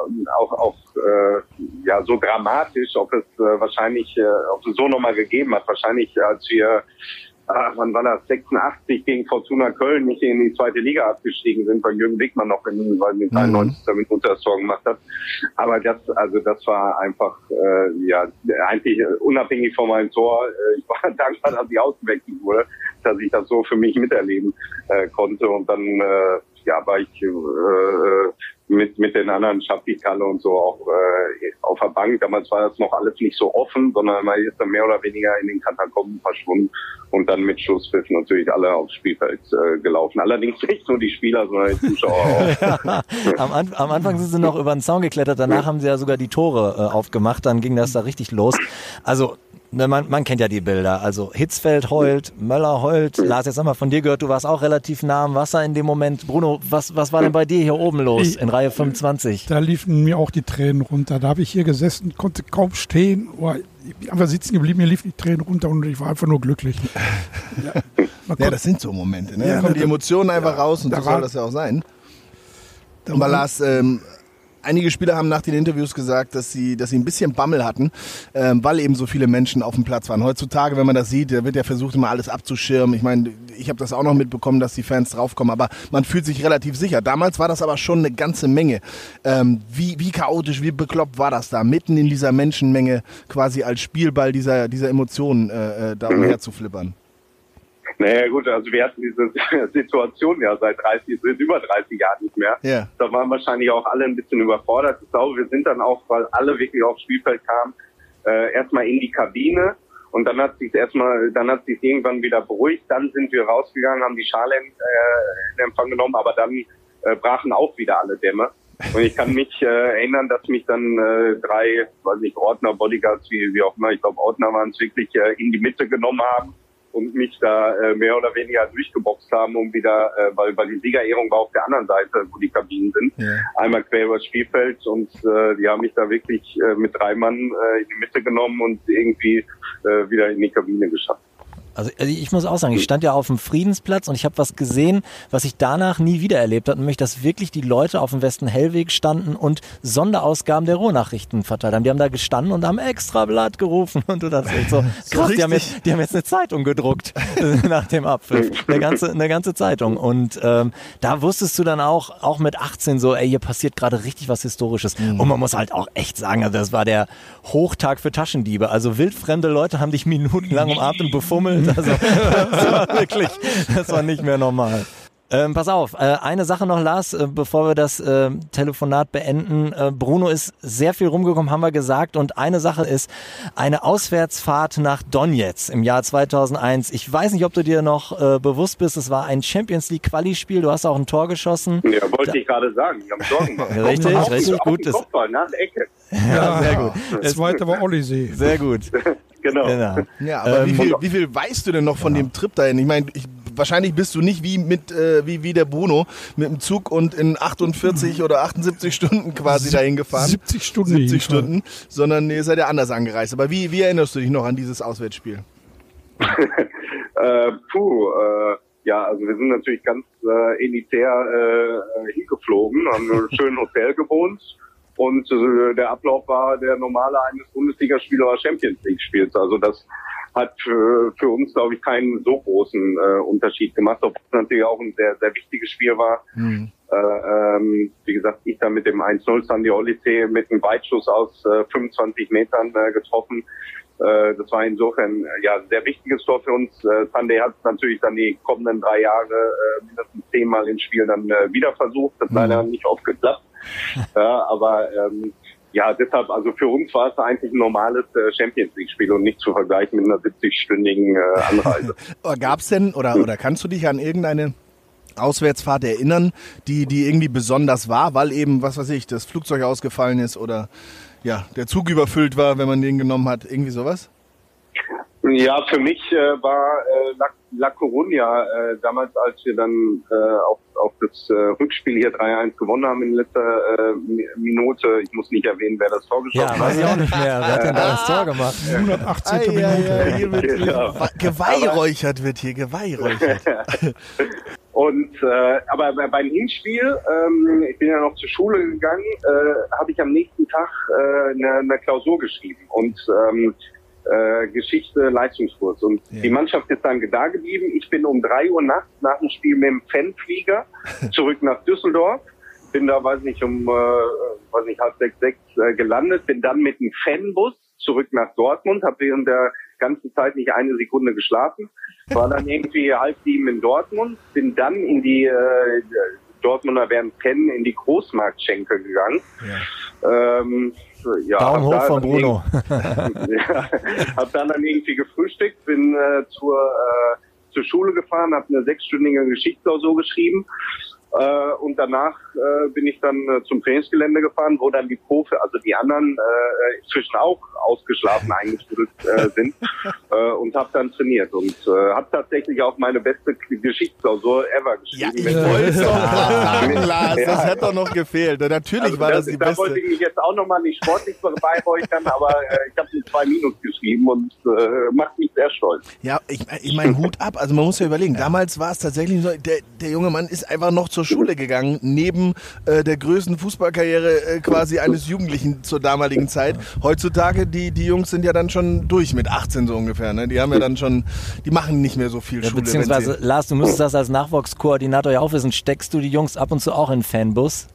so dramatisch, ob es so nochmal gegeben hat. Wahrscheinlich, als wir wann war das, 86 gegen Fortuna Köln nicht in die zweite Liga abgestiegen sind, weil Jürgen Wickmann noch in 93. Minute das Tor gemacht hat. Aber das war einfach, eigentlich unabhängig von meinem Tor. Ich war dankbar, dass ich ausgewechselt wurde, dass ich das so für mich miterleben konnte. Und dann, war ich mit den anderen Schappi-Kalle und so auch auf der Bank. Damals war das noch alles nicht so offen, sondern man ist dann mehr oder weniger in den Katakomben verschwunden und dann mit Schusspfiff natürlich alle aufs Spielfeld gelaufen. Allerdings nicht nur die Spieler, sondern die Zuschauer auch. Ja, am Anfang sind sie noch über den Zaun geklettert, danach haben sie ja sogar die Tore aufgemacht, dann ging das da richtig los. Also man kennt ja die Bilder. Also Hitzfeld heult, Möller heult. Lars, jetzt haben wir von dir gehört, du warst auch relativ nah am Wasser in dem Moment. Bruno, was war denn bei dir hier oben los in Reihe 25? Da liefen mir auch die Tränen runter. Da habe ich hier gesessen, konnte kaum stehen. Ich bin einfach sitzen geblieben, mir liefen die Tränen runter und ich war einfach nur glücklich. Ja, das sind so Momente. Ne? Da kommen die Emotionen einfach raus und so soll das ja auch sein. Aber Lars, einige Spieler haben nach den Interviews gesagt, dass sie ein bisschen Bammel hatten, weil eben so viele Menschen auf dem Platz waren. Heutzutage, wenn man das sieht, da wird ja versucht, immer alles abzuschirmen. Ich meine, ich habe das auch noch mitbekommen, dass die Fans draufkommen, aber man fühlt sich relativ sicher. Damals war das aber schon eine ganze Menge. Wie chaotisch, wie bekloppt war das da, mitten in dieser Menschenmenge quasi als Spielball dieser Emotionen da umher zu flippern? Naja gut, also wir hatten diese Situation ja seit über 30 Jahren nicht mehr. Yeah. Da waren wahrscheinlich auch alle ein bisschen überfordert. Ich glaube, wir sind dann auch, weil alle wirklich aufs Spielfeld kamen, erstmal in die Kabine und dann hat sich irgendwann wieder beruhigt. Dann sind wir rausgegangen, haben die Schale in Empfang genommen, aber dann brachen auch wieder alle Dämme. Und ich kann mich erinnern, dass mich dann 3, weiß nicht, Ordner, Bodyguards, wie auch immer, ich glaube Ordner waren es wirklich, in die Mitte genommen haben und mich da mehr oder weniger durchgeboxt haben, um wieder, weil die Siegerehrung war auf der anderen Seite, wo die Kabinen sind, einmal quer über das Spielfeld und die haben mich da wirklich mit 3 Mann in die Mitte genommen und irgendwie wieder in die Kabine geschafft. Also ich muss auch sagen, ich stand ja auf dem Friedensplatz und ich habe was gesehen, was ich danach nie wieder erlebt habe, nämlich dass wirklich die Leute auf dem Westen-Hellweg standen und Sonderausgaben der Ruhrnachrichten verteilt haben. Die haben da gestanden und haben Extrablatt gerufen und du dachtest echt so, krass, die haben jetzt eine Zeitung gedruckt nach dem Abpfiff. Eine ganze Zeitung. Und da wusstest du dann auch mit 18 so, ey, hier passiert gerade richtig was Historisches. Und man muss halt auch echt sagen, also das war der Hochtag für Taschendiebe. Also wildfremde Leute haben dich minutenlang umarmt und befummelt. Also, das war nicht mehr normal. Pass auf, eine Sache noch, Lars, bevor wir das Telefonat beenden. Bruno ist sehr viel rumgekommen, haben wir gesagt. Und eine Sache ist eine Auswärtsfahrt nach Donetsk im Jahr 2001. Ich weiß nicht, ob du dir noch bewusst bist, es war ein Champions-League-Quali-Spiel. Du hast auch ein Tor geschossen. Ja, wollte ich gerade sagen. Die haben Tor gemacht. Richtig gut. Kopfball, nach der Ecke. Ja, sehr gut. Das zweite war Ollisee. Sehr gut. Genau. Ja, aber wie viel weißt du denn noch von dem Trip dahin? Ich meine, wahrscheinlich bist du nicht wie der Bruno mit dem Zug und in 48 oder 78 Stunden quasi dahin gefahren. 70 Stunden, sondern ihr seid ja anders angereist. Aber wie erinnerst du dich noch an dieses Auswärtsspiel? Ja, also wir sind natürlich ganz elitär hingeflogen, haben in einem schönen Hotel gewohnt. Und der Ablauf war der normale eines Bundesligaspiels oder Champions League Spiels. Also das hat für uns, glaube ich, keinen so großen Unterschied gemacht, obwohl es natürlich auch ein sehr, sehr wichtiges Spiel war. Wie gesagt, ich da mit dem 1-0 Sandy Ollisee mit einem Weitschuss aus 25 Metern getroffen. Das war insofern ja ein sehr wichtiges Tor für uns. Sandy hat es natürlich dann die kommenden 3 Jahre mindestens 10-mal im Spiel dann wieder versucht. Das leider nicht oft geklappt. Ja, aber ja, deshalb, also für uns war es eigentlich ein normales Champions League Spiel und nicht zu vergleichen mit einer 70-stündigen Anreise. Gab's denn oder kannst du dich an irgendeine Auswärtsfahrt erinnern, die irgendwie besonders war, weil eben, was weiß ich, das Flugzeug ausgefallen ist oder ja, der Zug überfüllt war, wenn man den genommen hat, irgendwie sowas? Ja, für mich war La Coruña damals, als wir dann auf das Rückspiel hier 3-1 gewonnen haben in letzter Minute. Ich muss nicht erwähnen, wer das Tor geschossen hat. Ja, weiß ich auch nicht mehr. Wer hat denn da das Tor gemacht? 118. Minute. Hier wird geweihräuchert wird hier, geweihräuchert. Und aber beim Hinspiel, ich bin ja noch zur Schule gegangen, habe ich am nächsten Tag eine Klausur geschrieben und Geschichte, Leistungskurs. Und die Mannschaft ist dann da geblieben. Ich bin um 3 Uhr nachts nach dem Spiel mit dem Fanflieger zurück nach Düsseldorf. Bin da, weiß nicht, um 5:30 gelandet. Bin dann mit dem Fanbus zurück nach Dortmund. Habe während der ganzen Zeit nicht eine Sekunde geschlafen. War dann irgendwie 6:30 in Dortmund. Bin dann in die Dortmunder werden es kennen, in die Großmarktschenke gegangen. Ja. Daumen hoch von Bruno. Hab dann irgendwie gefrühstückt, bin zur Schule gefahren, habe eine 6-stündige Geschichtsklausur geschrieben und danach bin ich dann zum Trainingsgelände gefahren, wo dann die die anderen inzwischen auch ausgeschlafen eingestrudelt sind und habe dann trainiert und habe tatsächlich auch meine beste Geschichtsklausur ever geschrieben. Ja, ich wollte es doch sagen, Lars, das hätte doch noch gefehlt. Natürlich also war das die beste. Da wollte ich mich jetzt auch nochmal nicht sportlich beweihräuchern, aber ich habe eine 2 Minus geschrieben und macht mich sehr stolz. Ja, ich meine, Hut ab. Also man muss ja überlegen, damals war es tatsächlich so, der junge Mann ist einfach noch zur Schule gegangen, neben der größten Fußballkarriere quasi eines Jugendlichen zur damaligen Zeit. Heutzutage, die Jungs sind ja dann schon durch mit 18 so ungefähr. Ne? Die haben ja dann schon, die machen nicht mehr so viel Schule. Beziehungsweise, Lars, du müsstest das als Nachwuchskoordinator ja auch wissen. Steckst du die Jungs ab und zu auch in den Fanbus?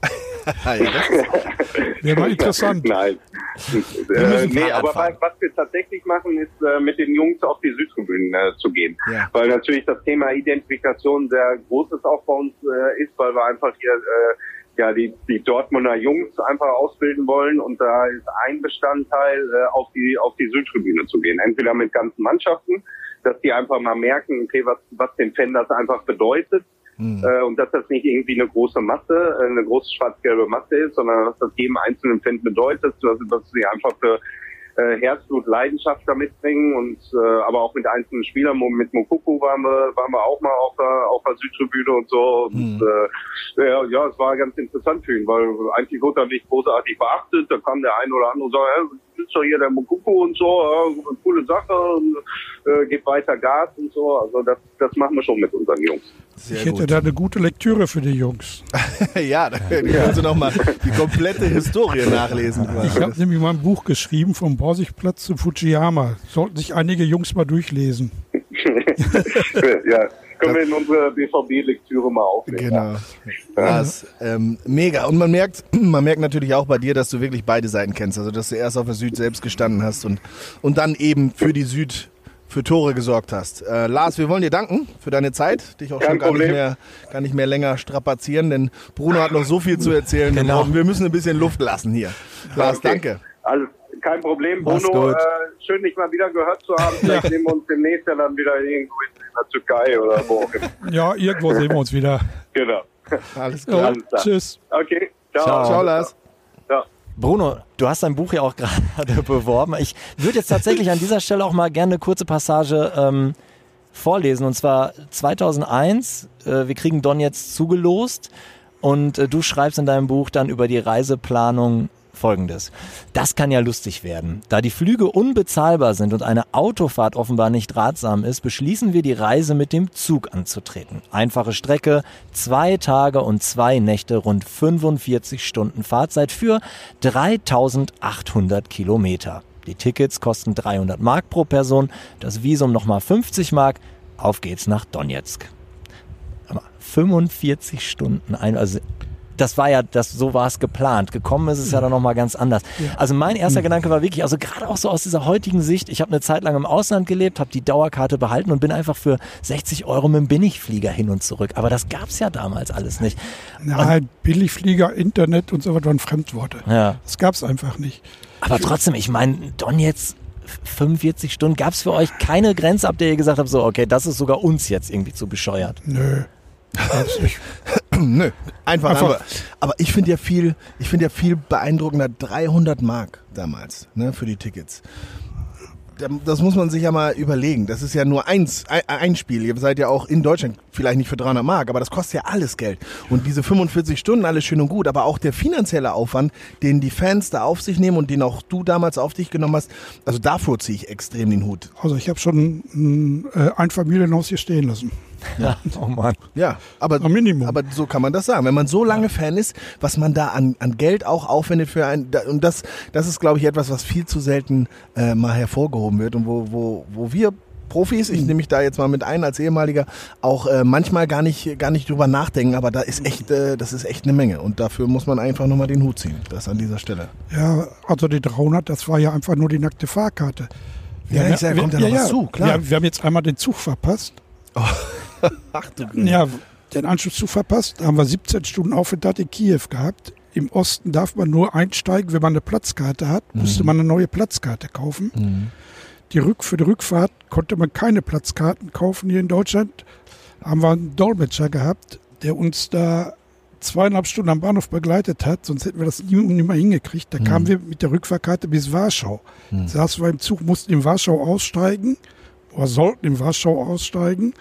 Wäre mal interessant. Nein. Nee, aber was wir tatsächlich machen, ist mit den Jungs auf die Südtribünen zu gehen. Ja. Weil natürlich das Thema Identifikation sehr großes auch bei uns ist, weil wir einfach hier die Dortmunder Jungs einfach ausbilden wollen und da ist ein Bestandteil auf die Südtribüne zu gehen. Entweder mit ganzen Mannschaften, dass die einfach mal merken, okay, was den Fan das einfach bedeutet. und dass das nicht irgendwie eine große Masse, eine große schwarz-gelbe Masse ist, sondern dass das jedem einzelnen Fan bedeutet, dass sie einfach für Herzblut, Leidenschaft da mitbringen und aber auch mit einzelnen Spielern, mit Moukoko waren wir auch mal auf der Südtribüne und so und ja, es war ganz interessant für ihn, weil eigentlich wurde er nicht großartig beachtet, da kam der ein oder andere und so, ist doch hier der Moukoko und so, coole Sache und gibt weiter Gas und so, also das machen wir schon mit unseren Jungs. Ich hätte da eine gute Lektüre für die Jungs. Ja, da können Sie nochmal die komplette Historie nachlesen. Ich habe nämlich mal ein Buch geschrieben, vom Borsigplatz zu Fujiyama. Sollten sich einige Jungs mal durchlesen. Ja, können wir in unsere BVB-Lektüre mal aufnehmen. Genau. Das, mega. Und man merkt natürlich auch bei dir, dass du wirklich beide Seiten kennst. Also, dass du erst auf der Süd selbst gestanden hast und dann eben für die Süd für Tore gesorgt hast. Lars, wir wollen dir danken für deine Zeit. Dich auch schon gar nicht mehr länger strapazieren, denn Bruno hat noch so viel zu erzählen. Genau. Wir müssen ein bisschen Luft lassen hier. Lars, okay. Danke. Also, kein Problem, Bruno. Schön, dich mal wieder gehört zu haben. Vielleicht sehen wir uns demnächst ja dann wieder irgendwo in der Türkei oder wo auch immer. Ja, irgendwo sehen wir uns wieder. Genau. Alles klar. Ja, tschüss. Okay, Ciao, Lars. Ja. Bruno, du hast dein Buch ja auch gerade beworben. Ich würde jetzt tatsächlich an dieser Stelle auch mal gerne eine kurze Passage vorlesen. Und zwar 2001, wir kriegen Donetsk zugelost und du schreibst in deinem Buch dann über die Reiseplanung Folgendes. Das kann ja lustig werden. Da die Flüge unbezahlbar sind und eine Autofahrt offenbar nicht ratsam ist, beschließen wir, die Reise mit dem Zug anzutreten. Einfache Strecke, 2 Tage und 2 Nächte, rund 45 Stunden Fahrzeit für 3.800 Kilometer. Die Tickets kosten 300 Mark pro Person, das Visum nochmal 50 Mark. Auf geht's nach Donetsk. Aber 45 Stunden, also das war ja, so war es geplant. Gekommen ist es ja dann nochmal ganz anders. Ja. Also mein erster Gedanke war wirklich, also gerade auch so aus dieser heutigen Sicht, ich habe eine Zeit lang im Ausland gelebt, habe die Dauerkarte behalten und bin einfach für 60 € mit dem Billigflieger hin und zurück. Aber das gab es ja damals alles nicht. Nein, Billigflieger, Internet und so weiter waren Fremdworte. Ja. Das gab es einfach nicht. Aber trotzdem, ich meine, Donetsk 45 Stunden, gab es für euch keine Grenze, ab der ihr gesagt habt, so okay, das ist sogar uns jetzt irgendwie zu bescheuert? Nö. Nö, einfach. Aber ich finde ja viel beeindruckender 300 Mark damals, ne, für die Tickets. Das muss man sich ja mal überlegen. Das ist ja nur ein Spiel. Ihr seid ja auch in Deutschland vielleicht nicht für 300 Mark, aber das kostet ja alles Geld. Und diese 45 Stunden, alles schön und gut, aber auch der finanzielle Aufwand, den die Fans da auf sich nehmen und den auch du damals auf dich genommen hast, also davor ziehe ich extrem den Hut. Also ich habe schon ein Einfamilienhaus hier stehen lassen. Ja, oh Mann. Ja, aber so kann man das sagen. Wenn man so lange Fan ist, was man da an Geld auch aufwendet für und das ist, glaube ich, etwas, was viel zu selten mal hervorgehoben wird und wo wir Profis, ich nehme mich da jetzt mal mit ein als Ehemaliger, auch manchmal gar nicht drüber nachdenken, aber das ist echt eine Menge und dafür muss man einfach nochmal den Hut ziehen, das an dieser Stelle. Ja, also die 300, das war ja einfach nur die nackte Fahrkarte. Kommt ja noch was zu, klar. Wir haben jetzt einmal den Zug verpasst. Oh. Ach du Güte. Ja, den Anschlusszug verpasst. Da haben wir 17 Stunden Aufenthalt in Kiew gehabt. Im Osten darf man nur einsteigen, wenn man eine Platzkarte hat. Musste man eine neue Platzkarte kaufen. Für die Rückfahrt konnte man keine Platzkarten kaufen hier in Deutschland. Da haben wir einen Dolmetscher gehabt, der uns da 2,5 Stunden am Bahnhof begleitet hat. Sonst hätten wir das nie mal hingekriegt. Da kamen wir mit der Rückfahrkarte bis Warschau. Saßen wir im Zug, mussten in Warschau aussteigen. Oder sollten in Warschau aussteigen.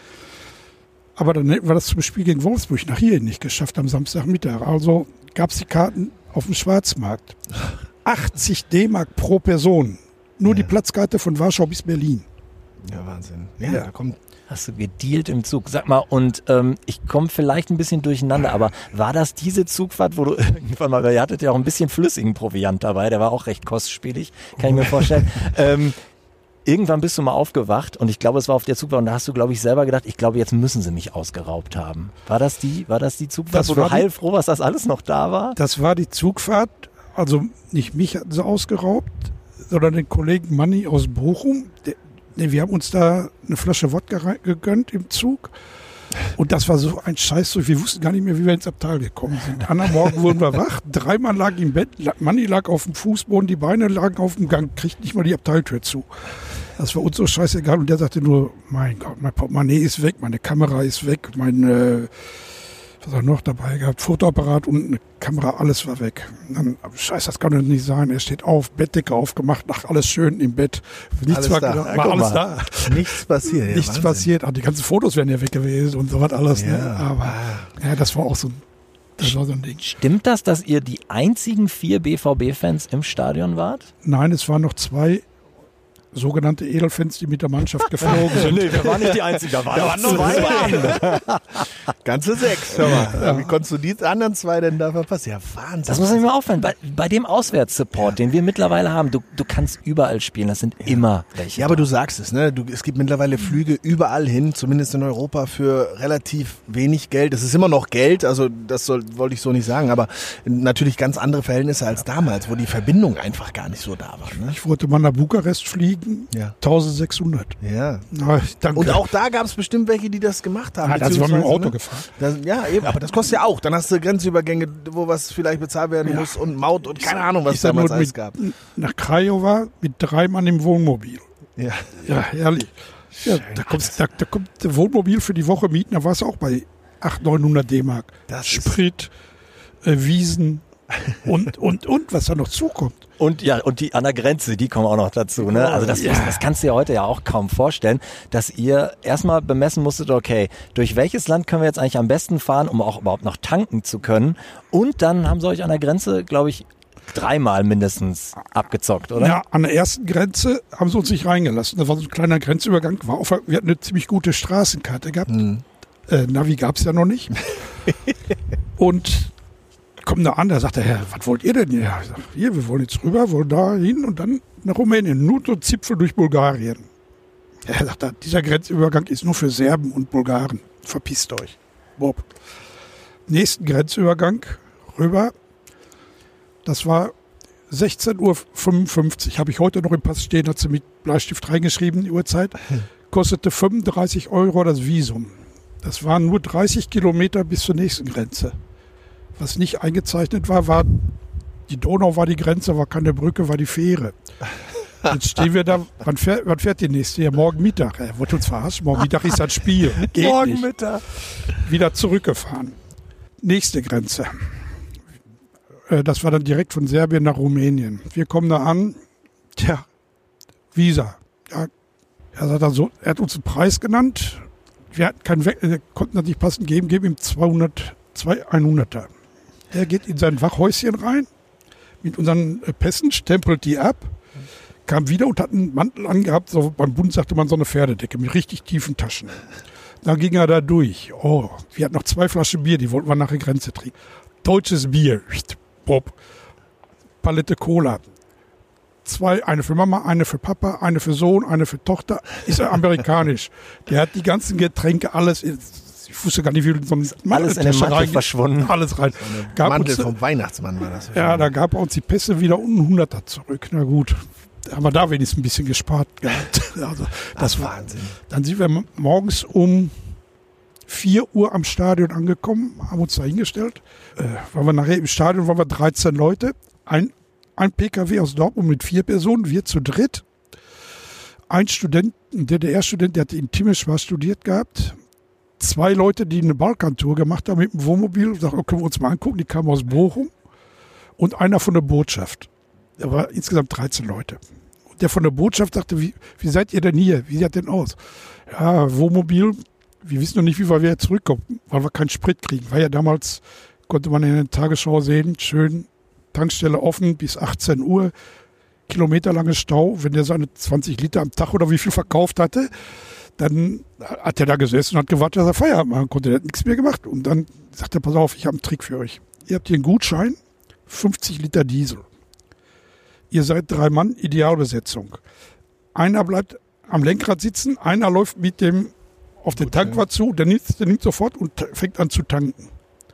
Aber dann hätten wir das zum Spiel gegen Wolfsburg nach hier nicht geschafft am Samstagmittag. Also gab es die Karten auf dem Schwarzmarkt. 80 D-Mark pro Person. Nur die Platzkarte von Warschau bis Berlin. Ja, Wahnsinn. Ja. Da kommt. Hast du gedealt im Zug? Sag mal, und ich komme vielleicht ein bisschen durcheinander, aber war das diese Zugfahrt, wo du irgendwann mal, ihr hattet ja auch ein bisschen flüssigen Proviant dabei, der war auch recht kostspielig, kann ich mir vorstellen. Irgendwann bist du mal aufgewacht und ich glaube, es war auf der Zugfahrt und da hast du, glaube ich, selber gedacht, ich glaube, jetzt müssen sie mich ausgeraubt haben. War das die Zugfahrt, wo du heilfroh warst, dass alles noch da war? Das war die Zugfahrt, also nicht mich hatten sie ausgeraubt, sondern den Kollegen Manni aus Bochum. Wir haben uns da eine Flasche Wodka gegönnt im Zug. Und das war so ein Scheißdruck, wir wussten gar nicht mehr, wie wir ins Abteil gekommen sind. Am Morgen wurden wir wach, 3-mal lag im Bett, Manni lag auf dem Fußboden, die Beine lagen auf dem Gang, kriegt nicht mal die Abteiltür zu. Das war uns so scheißegal. Und der sagte nur, mein Gott, mein Portemonnaie ist weg, meine Kamera ist weg, was er noch dabei gehabt, Fotoapparat und eine Kamera, alles war weg. Und dann, scheiße, das kann doch nicht sein. Er steht auf, Bettdecke aufgemacht, nach alles schön im Bett. Nichts war alles da. Nichts passiert. Ja, Nichts passiert. Die ganzen Fotos wären ja weg gewesen und so was alles. Ja. Ne? Aber ja, das war so ein Ding. Stimmt das, dass ihr die einzigen 4 BVB-Fans im Stadion wart? Nein, es waren noch 2 sogenannte Edelfans, die mit der Mannschaft geflogen sind. Nee, wir waren nicht die Einzigen, da waren noch 2. Ganze 6, schau mal. Ja. Wie konntest du die anderen 2 denn da verpassen? Ja, Wahnsinn. Das muss man mir auffallen. Bei dem Auswärtssupport, den wir mittlerweile haben, du kannst überall spielen, das sind immer welche. Ja, aber du sagst es, ne? Es gibt mittlerweile Flüge überall hin, zumindest in Europa, für relativ wenig Geld. Es ist immer noch Geld, also das wollte ich so nicht sagen, aber natürlich ganz andere Verhältnisse als damals, wo die Verbindung einfach gar nicht so da war. Ne? Ich wollte mal nach Bukarest fliegen. Ja. 1600. Ja. Na, danke. Und auch da gab es bestimmt welche, die das gemacht haben. Da sind wir mit dem Auto gefahren. Ja, eben, aber das kostet ja auch. Dann hast du Grenzübergänge, wo was vielleicht bezahlt werden muss und Maut und keine Ahnung, was es damals alles gab. Nach Craiova mit 3 Mann im Wohnmobil. Ja. Ja, herrlich. Ja, da kommt der Wohnmobil für die Woche mieten, da war es auch bei 800-900 D-Mark. Das Sprit, Wiesen und was da noch zukommt. Und die an der Grenze, die kommen auch noch dazu. Ne? Also das kannst du dir heute ja auch kaum vorstellen, dass ihr erstmal bemessen musstet, okay, durch welches Land können wir jetzt eigentlich am besten fahren, um auch überhaupt noch tanken zu können. Und dann haben sie euch an der Grenze, glaube ich, 3-mal mindestens abgezockt, oder? Ja, an der ersten Grenze haben sie uns nicht reingelassen. Da war so ein kleiner Grenzübergang. Wir hatten eine ziemlich gute Straßenkarte gehabt. Navi gab es ja noch nicht. Und kommen da an, da sagt er, was wollt ihr denn hier? Ich sag, wir wollen jetzt rüber, wollen da hin und dann nach Rumänien. Nur so Zipfel durch Bulgarien. Er sagt, dieser Grenzübergang ist nur für Serben und Bulgaren. Verpisst euch. Bob. Nächsten Grenzübergang rüber. Das war 16:55 Uhr. Habe ich heute noch im Pass stehen, hat sie mit Bleistift reingeschrieben, die Uhrzeit. Kostete 35 € das Visum. Das waren nur 30 Kilometer bis zur nächsten Grenze. Was nicht eingezeichnet war die Donau war die Grenze, war keine Brücke, war die Fähre. Jetzt stehen wir da, wann fährt die nächste? Ja, morgen Mittag. Er wollte uns verarschen, morgen Mittag ist das Spiel. Geht morgen nicht. Mittag. Wieder zurückgefahren. Nächste Grenze. Das war dann direkt von Serbien nach Rumänien. Wir kommen da an, Visa. Ja, er hat uns einen Preis genannt. Wir hatten konnten das nicht passend geben, geben ihm 100er. Er geht in sein Wachhäuschen rein, mit unseren Pässen, stempelt die ab, kam wieder und hat einen Mantel angehabt, so beim Bund sagte man so eine Pferdedecke mit richtig tiefen Taschen. Dann ging er da durch. Oh, wir hatten noch 2 Flaschen Bier, die wollten wir nach der Grenze trinken. Deutsches Bier, Bob, Palette Cola. 2, eine für Mama, eine für Papa, eine für Sohn, eine für Tochter. Ist er amerikanisch. Der hat die ganzen Getränke, alles, ich wusste gar nicht, wie so ein alles in den Mantel verschwunden. Alles rein. Mantel vom Weihnachtsmann war das. Ja, da gab er uns die Pässe wieder und 100er zurück. Na gut, da haben wir da wenigstens ein bisschen gespart gehabt. Also, das war Wahnsinn. Dann sind wir morgens um 4 Uhr am Stadion angekommen, haben uns da hingestellt. Waren wir nachher im Stadion, waren wir 13 Leute. Ein PKW aus Dortmund mit 4 Personen, wir zu dritt. Ein Student, ein DDR-Student, der hatte in Timmisch studiert gehabt. 2 Leute, die eine Balkantour gemacht haben mit dem Wohnmobil. Sagen, können wir uns mal angucken, die kamen aus Bochum. Und einer von der Botschaft. Da war insgesamt 13 Leute. Und der von der Botschaft sagte, wie seid ihr denn hier? Wie sieht denn aus? Ja, Wohnmobil, wir wissen noch nicht, wie wir wieder zurückkommen, weil wir keinen Sprit kriegen. War ja damals, konnte man in der Tagesschau sehen, schön Tankstelle offen bis 18 Uhr, kilometerlange Stau. Wenn der seine 20 Liter am Tag oder wie viel verkauft hatte, dann hat er da gesessen und hat gewartet, dass er Feierabend machen konnte. Der hat nichts mehr gemacht. Und dann sagt er, pass auf, ich habe einen Trick für euch. Ihr habt hier einen Gutschein, 50 Liter Diesel. Ihr seid 3 Mann, Idealbesetzung. Einer bleibt am Lenkrad sitzen, einer läuft mit dem auf den Tankwart zu, der nimmt sofort und fängt an zu tanken.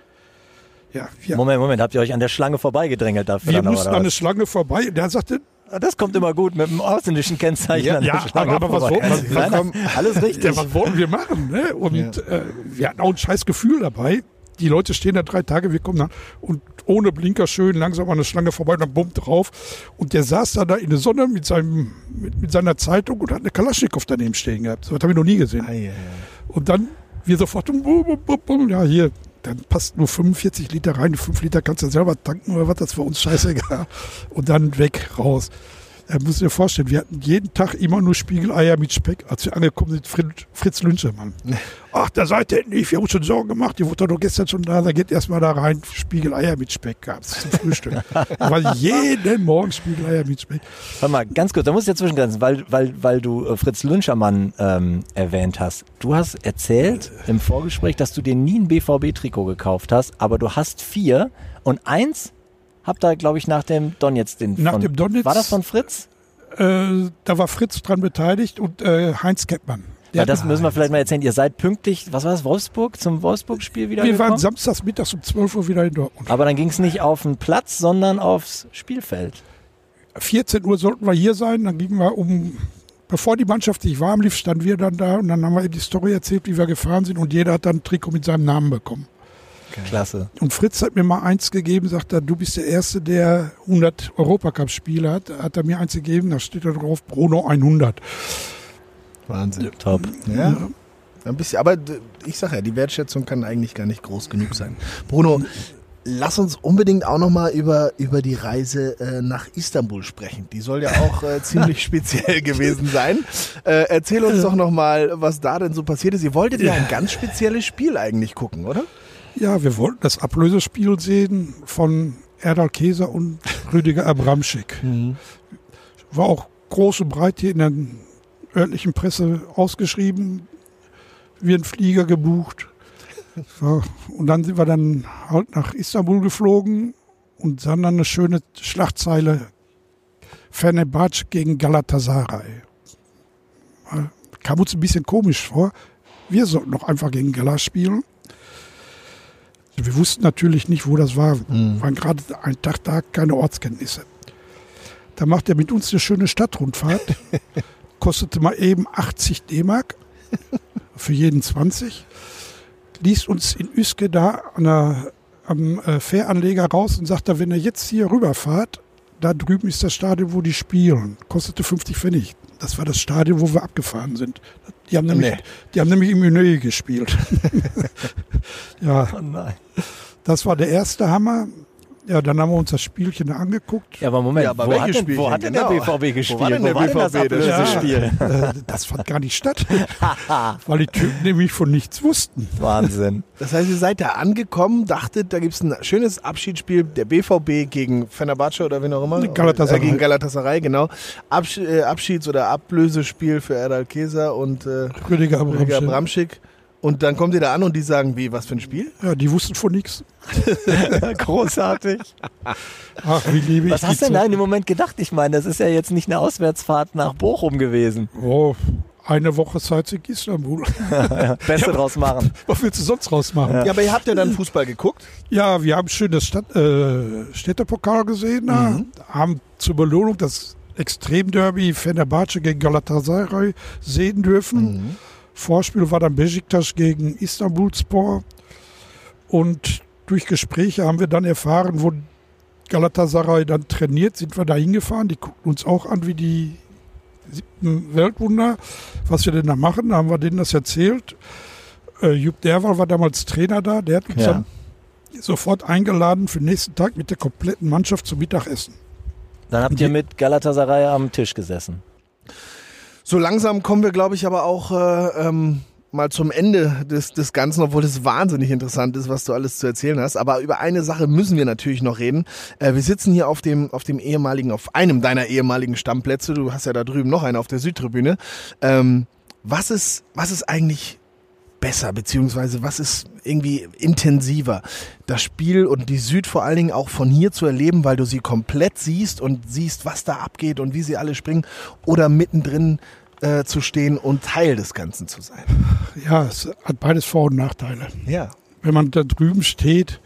Ja, Moment, habt ihr euch an der Schlange vorbeigedrängelt dafür? Wir mussten an der Schlange vorbei. Der sagte, das kommt immer gut mit dem ausländischen Kennzeichen an der Schlange. Aber was alles richtig. Ja, was wollten wir machen? Ne? Und wir hatten auch ein scheiß Gefühl dabei. die Leute stehen da 3 Tage, wir kommen dann und ohne Blinker schön langsam an der Schlange vorbei und dann bumm drauf. Und der saß da in der Sonne mit seiner Zeitung und hat eine Kalaschnikow daneben stehen gehabt. So was habe ich noch nie gesehen. Und dann wir sofort, ja hier, dann passt nur 45 Liter rein, 5 Liter kannst du selber tanken oder was, das war uns scheißegal. Und dann weg, raus. Da musst du dir vorstellen, wir hatten jeden Tag immer nur Spiegeleier mit Speck. Als wir angekommen sind, Fritz Lünschemann. Ach, da seid ihr nicht, wir haben uns schon Sorgen gemacht, ihr wurde doch gestern schon da geht erstmal da rein, Spiegeleier mit Speck gab es zum Frühstück. Da war jeden Morgen Spiegeleier mit Speck. Warte mal, ganz kurz, da muss ich dazwischen grenzen, weil du Fritz Lünchermann erwähnt hast. Du hast erzählt im Vorgespräch, dass du dir nie ein BVB-Trikot gekauft hast, aber du hast 4 und 1 habt ihr, glaube ich, nach dem Donetsk dem Donetsk. War das von Fritz? Da war Fritz dran beteiligt und Heinz Kettmann. Ja, das müssen wir vielleicht mal erzählen. Ihr seid pünktlich, was war das, zum Wolfsburg-Spiel wieder gekommen? Wir waren samstags mittags um 12 Uhr wieder in Dortmund. Aber dann ging es nicht auf den Platz, sondern aufs Spielfeld. 14 Uhr sollten wir hier sein, dann gingen wir bevor die Mannschaft sich warm lief, standen wir dann da und dann haben wir eben die Story erzählt, wie wir gefahren sind und jeder hat dann ein Trikot mit seinem Namen bekommen. Klasse. Und Fritz hat mir mal eins gegeben, sagt er, du bist der Erste, der 100 Europacup-Spiele hat. Hat er mir eins gegeben, da steht da drauf, Bruno 100. Wahnsinn. Top. Ja. Ein bisschen, aber ich sage ja, die Wertschätzung kann eigentlich gar nicht groß genug sein. Bruno, lass uns unbedingt auch nochmal über die Reise nach Istanbul sprechen. Die soll ja auch ziemlich speziell gewesen sein. Erzähl uns doch nochmal, was da denn so passiert ist. Ihr wolltet ja ein ganz spezielles Spiel eigentlich gucken, oder? Ja, wir wollten das Ablösespiel sehen von Erdal Keser und Rüdiger Abramschick. War auch groß und breit hier in der örtlichen Presse ausgeschrieben. Wir einen Flieger gebucht. Ja, und dann sind wir dann halt nach Istanbul geflogen und sahen dann eine schöne Schlagzeile Fenerbahce gegen Galatasaray. Kam uns ein bisschen komisch vor. Wir sollten doch einfach gegen Gala spielen. Wir wussten natürlich nicht, wo das war. Wir waren gerade einen Tag da, keine Ortskenntnisse. Da macht er mit uns eine schöne Stadtrundfahrt. Kostete mal eben 80 D-Mark. Für jeden 20. Ließ uns in Üske da am Fähranleger raus und sagte, wenn ihr jetzt hier rüberfahrt, da drüben ist das Stadion, wo die spielen. Kostete 50 Pfennig. Das war das Stadion, wo wir abgefahren sind. Die haben nämlich im Menü gespielt. Ja, Oh nein. das war der erste Hammer. Ja, dann haben wir uns das Spielchen da angeguckt. Ja, aber Moment, Ja, aber wo welches hat denn der Spielchen? BVB gespielt? Wo war denn der das BVB? Ablösespiel? Das fand gar nicht statt, weil die Typen nämlich von nichts wussten. Wahnsinn. Das heißt, ihr seid da angekommen, dachtet, da gibt es ein schönes Abschiedsspiel der BVB gegen Fenerbahce oder wen auch immer. Galatasaray. Gegen Galatasaray, genau. Abschieds- oder Ablösespiel für Erdal Keser und Rüdiger Rüdiger Abramschick. Abramschick. Und dann kommt ihr da an und die sagen, wie, was für ein Spiel? Ja, die wussten von nichts. Großartig. Ach, wie liebe ich Was hast du denn da in dem Moment gedacht? Ich meine, das ist ja jetzt nicht eine Auswärtsfahrt nach Bochum gewesen. Oh, eine Woche Sightseeing Istanbul. Beste draus machen. Was willst du sonst rausmachen? Ja, aber ihr habt ja dann Fußball geguckt. Ja, wir haben schön das Städtepokal gesehen. Haben zur Belohnung das Extremderby Fenerbahce gegen Galatasaray sehen dürfen. Vorspiel war dann Beşiktaş gegen Istanbulspor. Und durch Gespräche haben wir dann erfahren, wo Galatasaray dann trainiert, sind wir da hingefahren. Die guckten uns auch an wie die 7. Weltwunder, was wir denn da machen. Da haben wir denen das erzählt. Jupp Derwal war damals Trainer da. Der hat uns dann sofort eingeladen für den nächsten Tag mit der kompletten Mannschaft zum Mittagessen. Dann habt ihr mit Galatasaray am Tisch gesessen. So langsam kommen wir, glaube ich, aber auch mal zum Ende des Ganzen, obwohl es wahnsinnig interessant ist, was du alles zu erzählen hast. Aber über eine Sache müssen wir natürlich noch reden. Wir sitzen hier auf einem deiner ehemaligen Stammplätze. Du hast ja da drüben noch einen auf der Südtribüne. Was ist eigentlich besser, beziehungsweise was ist irgendwie intensiver? Das Spiel und die Süd vor allen Dingen auch von hier zu erleben, weil du sie komplett siehst und siehst, was da abgeht und wie sie alle springen, oder mittendrin zu stehen und Teil des Ganzen zu sein. Ja, es hat beides Vor- und Nachteile. Ja. Wenn man da drüben steht,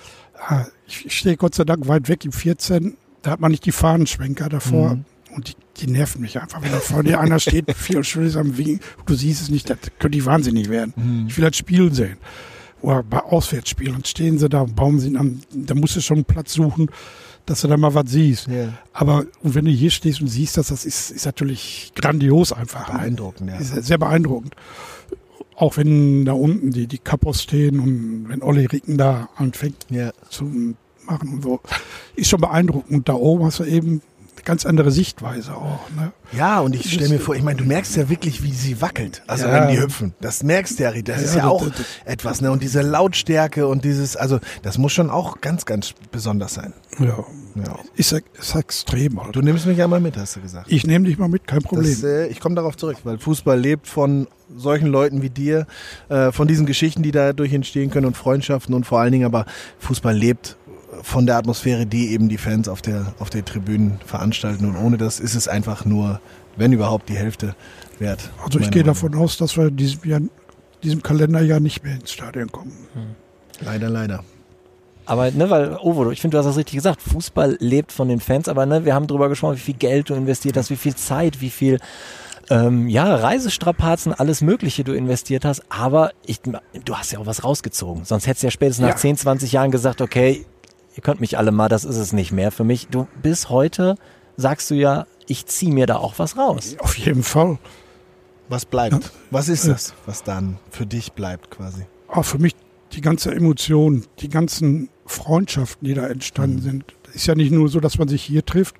ich stehe Gott sei Dank weit weg im 14, da hat man nicht die Fahnenschwenker davor. Und die nerven mich einfach. Wenn da vor dir einer steht, 4 Stunden am Winken, du siehst es nicht, das könnte ich wahnsinnig werden. Ich will das Spiel sehen. oder bei Auswärtsspielen stehen sie da und bauen sie an, da musst du schon einen Platz suchen, dass du da mal was siehst. Ja. Aber wenn du hier stehst und siehst, das ist natürlich grandios einfach. Beeindruckend, ja. Ist sehr beeindruckend. Auch wenn da unten die Kapos stehen und wenn Olli Ricken da anfängt zu machen und so, ist schon beeindruckend. Und da oben hast du eben eine ganz andere Sichtweise auch. Ne? Ja, und ich stelle mir vor, ich meine, du merkst ja wirklich, wie sie wackelt. Also wenn die hüpfen, das merkst du ja, das ist ja auch etwas. Ne? Und diese Lautstärke und dieses, also das muss schon auch ganz, ganz besonders sein. Ja. Ist extrem. Halt. Du nimmst mich ja mal mit, hast du gesagt. Ich nehme dich mal mit, kein Problem. Ich komme darauf zurück, weil Fußball lebt von solchen Leuten wie dir, von diesen Geschichten, die dadurch entstehen können und Freundschaften und vor allen Dingen aber Fußball lebt von der Atmosphäre, die eben die Fans auf der Tribünen veranstalten und ohne das ist es einfach nur, wenn überhaupt, die Hälfte wert. Also ich gehe davon aus, dass wir diesem Kalenderjahr nicht mehr ins Stadion kommen. Leider. Aber, weil, Ovo, ich finde, du hast das richtig gesagt, Fußball lebt von den Fans, aber wir haben drüber gesprochen, wie viel Geld du investiert hast, wie viel Zeit, wie viel Reisestrapazen, alles Mögliche du investiert hast, aber du hast ja auch was rausgezogen. Sonst hättest du ja spätestens nach 10, 20 Jahren gesagt, okay, ihr könnt mich alle mal, das ist es nicht mehr für mich. Du bis heute sagst du ja, ich ziehe mir da auch was raus. Auf jeden Fall. Was bleibt? Was ist das, was dann für dich bleibt quasi? Auch für mich die ganze Emotion, die ganzen Freundschaften, die da entstanden sind. Ist ja nicht nur so, dass man sich hier trifft.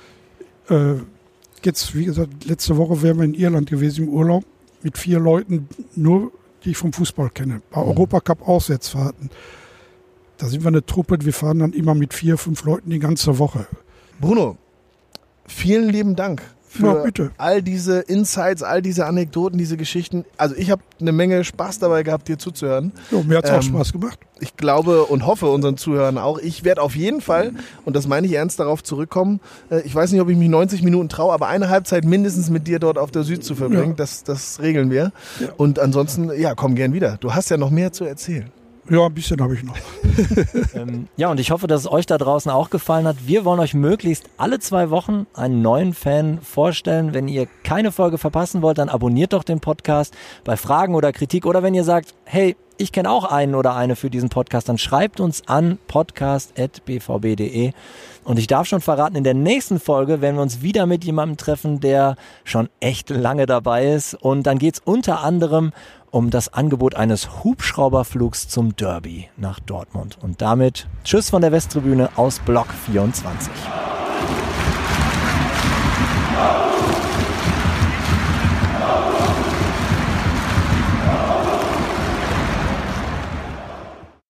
Jetzt, wie gesagt, letzte Woche wären wir in Irland gewesen im Urlaub mit 4 Leuten, nur die ich vom Fußball kenne. Bei Europacup-Auswärtsfahrten. Da sind wir eine Truppe, wir fahren dann immer mit 4, 5 Leuten die ganze Woche. Bruno, vielen lieben Dank für all diese Insights, all diese Anekdoten, diese Geschichten. Also ich habe eine Menge Spaß dabei gehabt, dir zuzuhören. Ja, mir hat es auch Spaß gemacht. Ich glaube und hoffe unseren Zuhörern auch. Ich werde auf jeden Fall, und das meine ich ernst, darauf zurückkommen. Ich weiß nicht, ob ich mich 90 Minuten traue, aber eine Halbzeit mindestens mit dir dort auf der Süd zu verbringen. Ja. Das regeln wir. Ja. Und ansonsten, komm gern wieder. Du hast ja noch mehr zu erzählen. Ja, ein bisschen habe ich noch. Und ich hoffe, dass es euch da draußen auch gefallen hat. Wir wollen euch möglichst alle 2 Wochen einen neuen Fan vorstellen. Wenn ihr keine Folge verpassen wollt, dann abonniert doch den Podcast. Bei Fragen oder Kritik oder wenn ihr sagt, hey, ich kenne auch einen oder eine für diesen Podcast, dann schreibt uns an podcast@bvb.de. Und ich darf schon verraten, in der nächsten Folge werden wir uns wieder mit jemandem treffen, der schon echt lange dabei ist. Und dann geht es unter anderem um das Angebot eines Hubschrauberflugs zum Derby nach Dortmund. Und damit tschüss von der Westtribüne aus Block 24.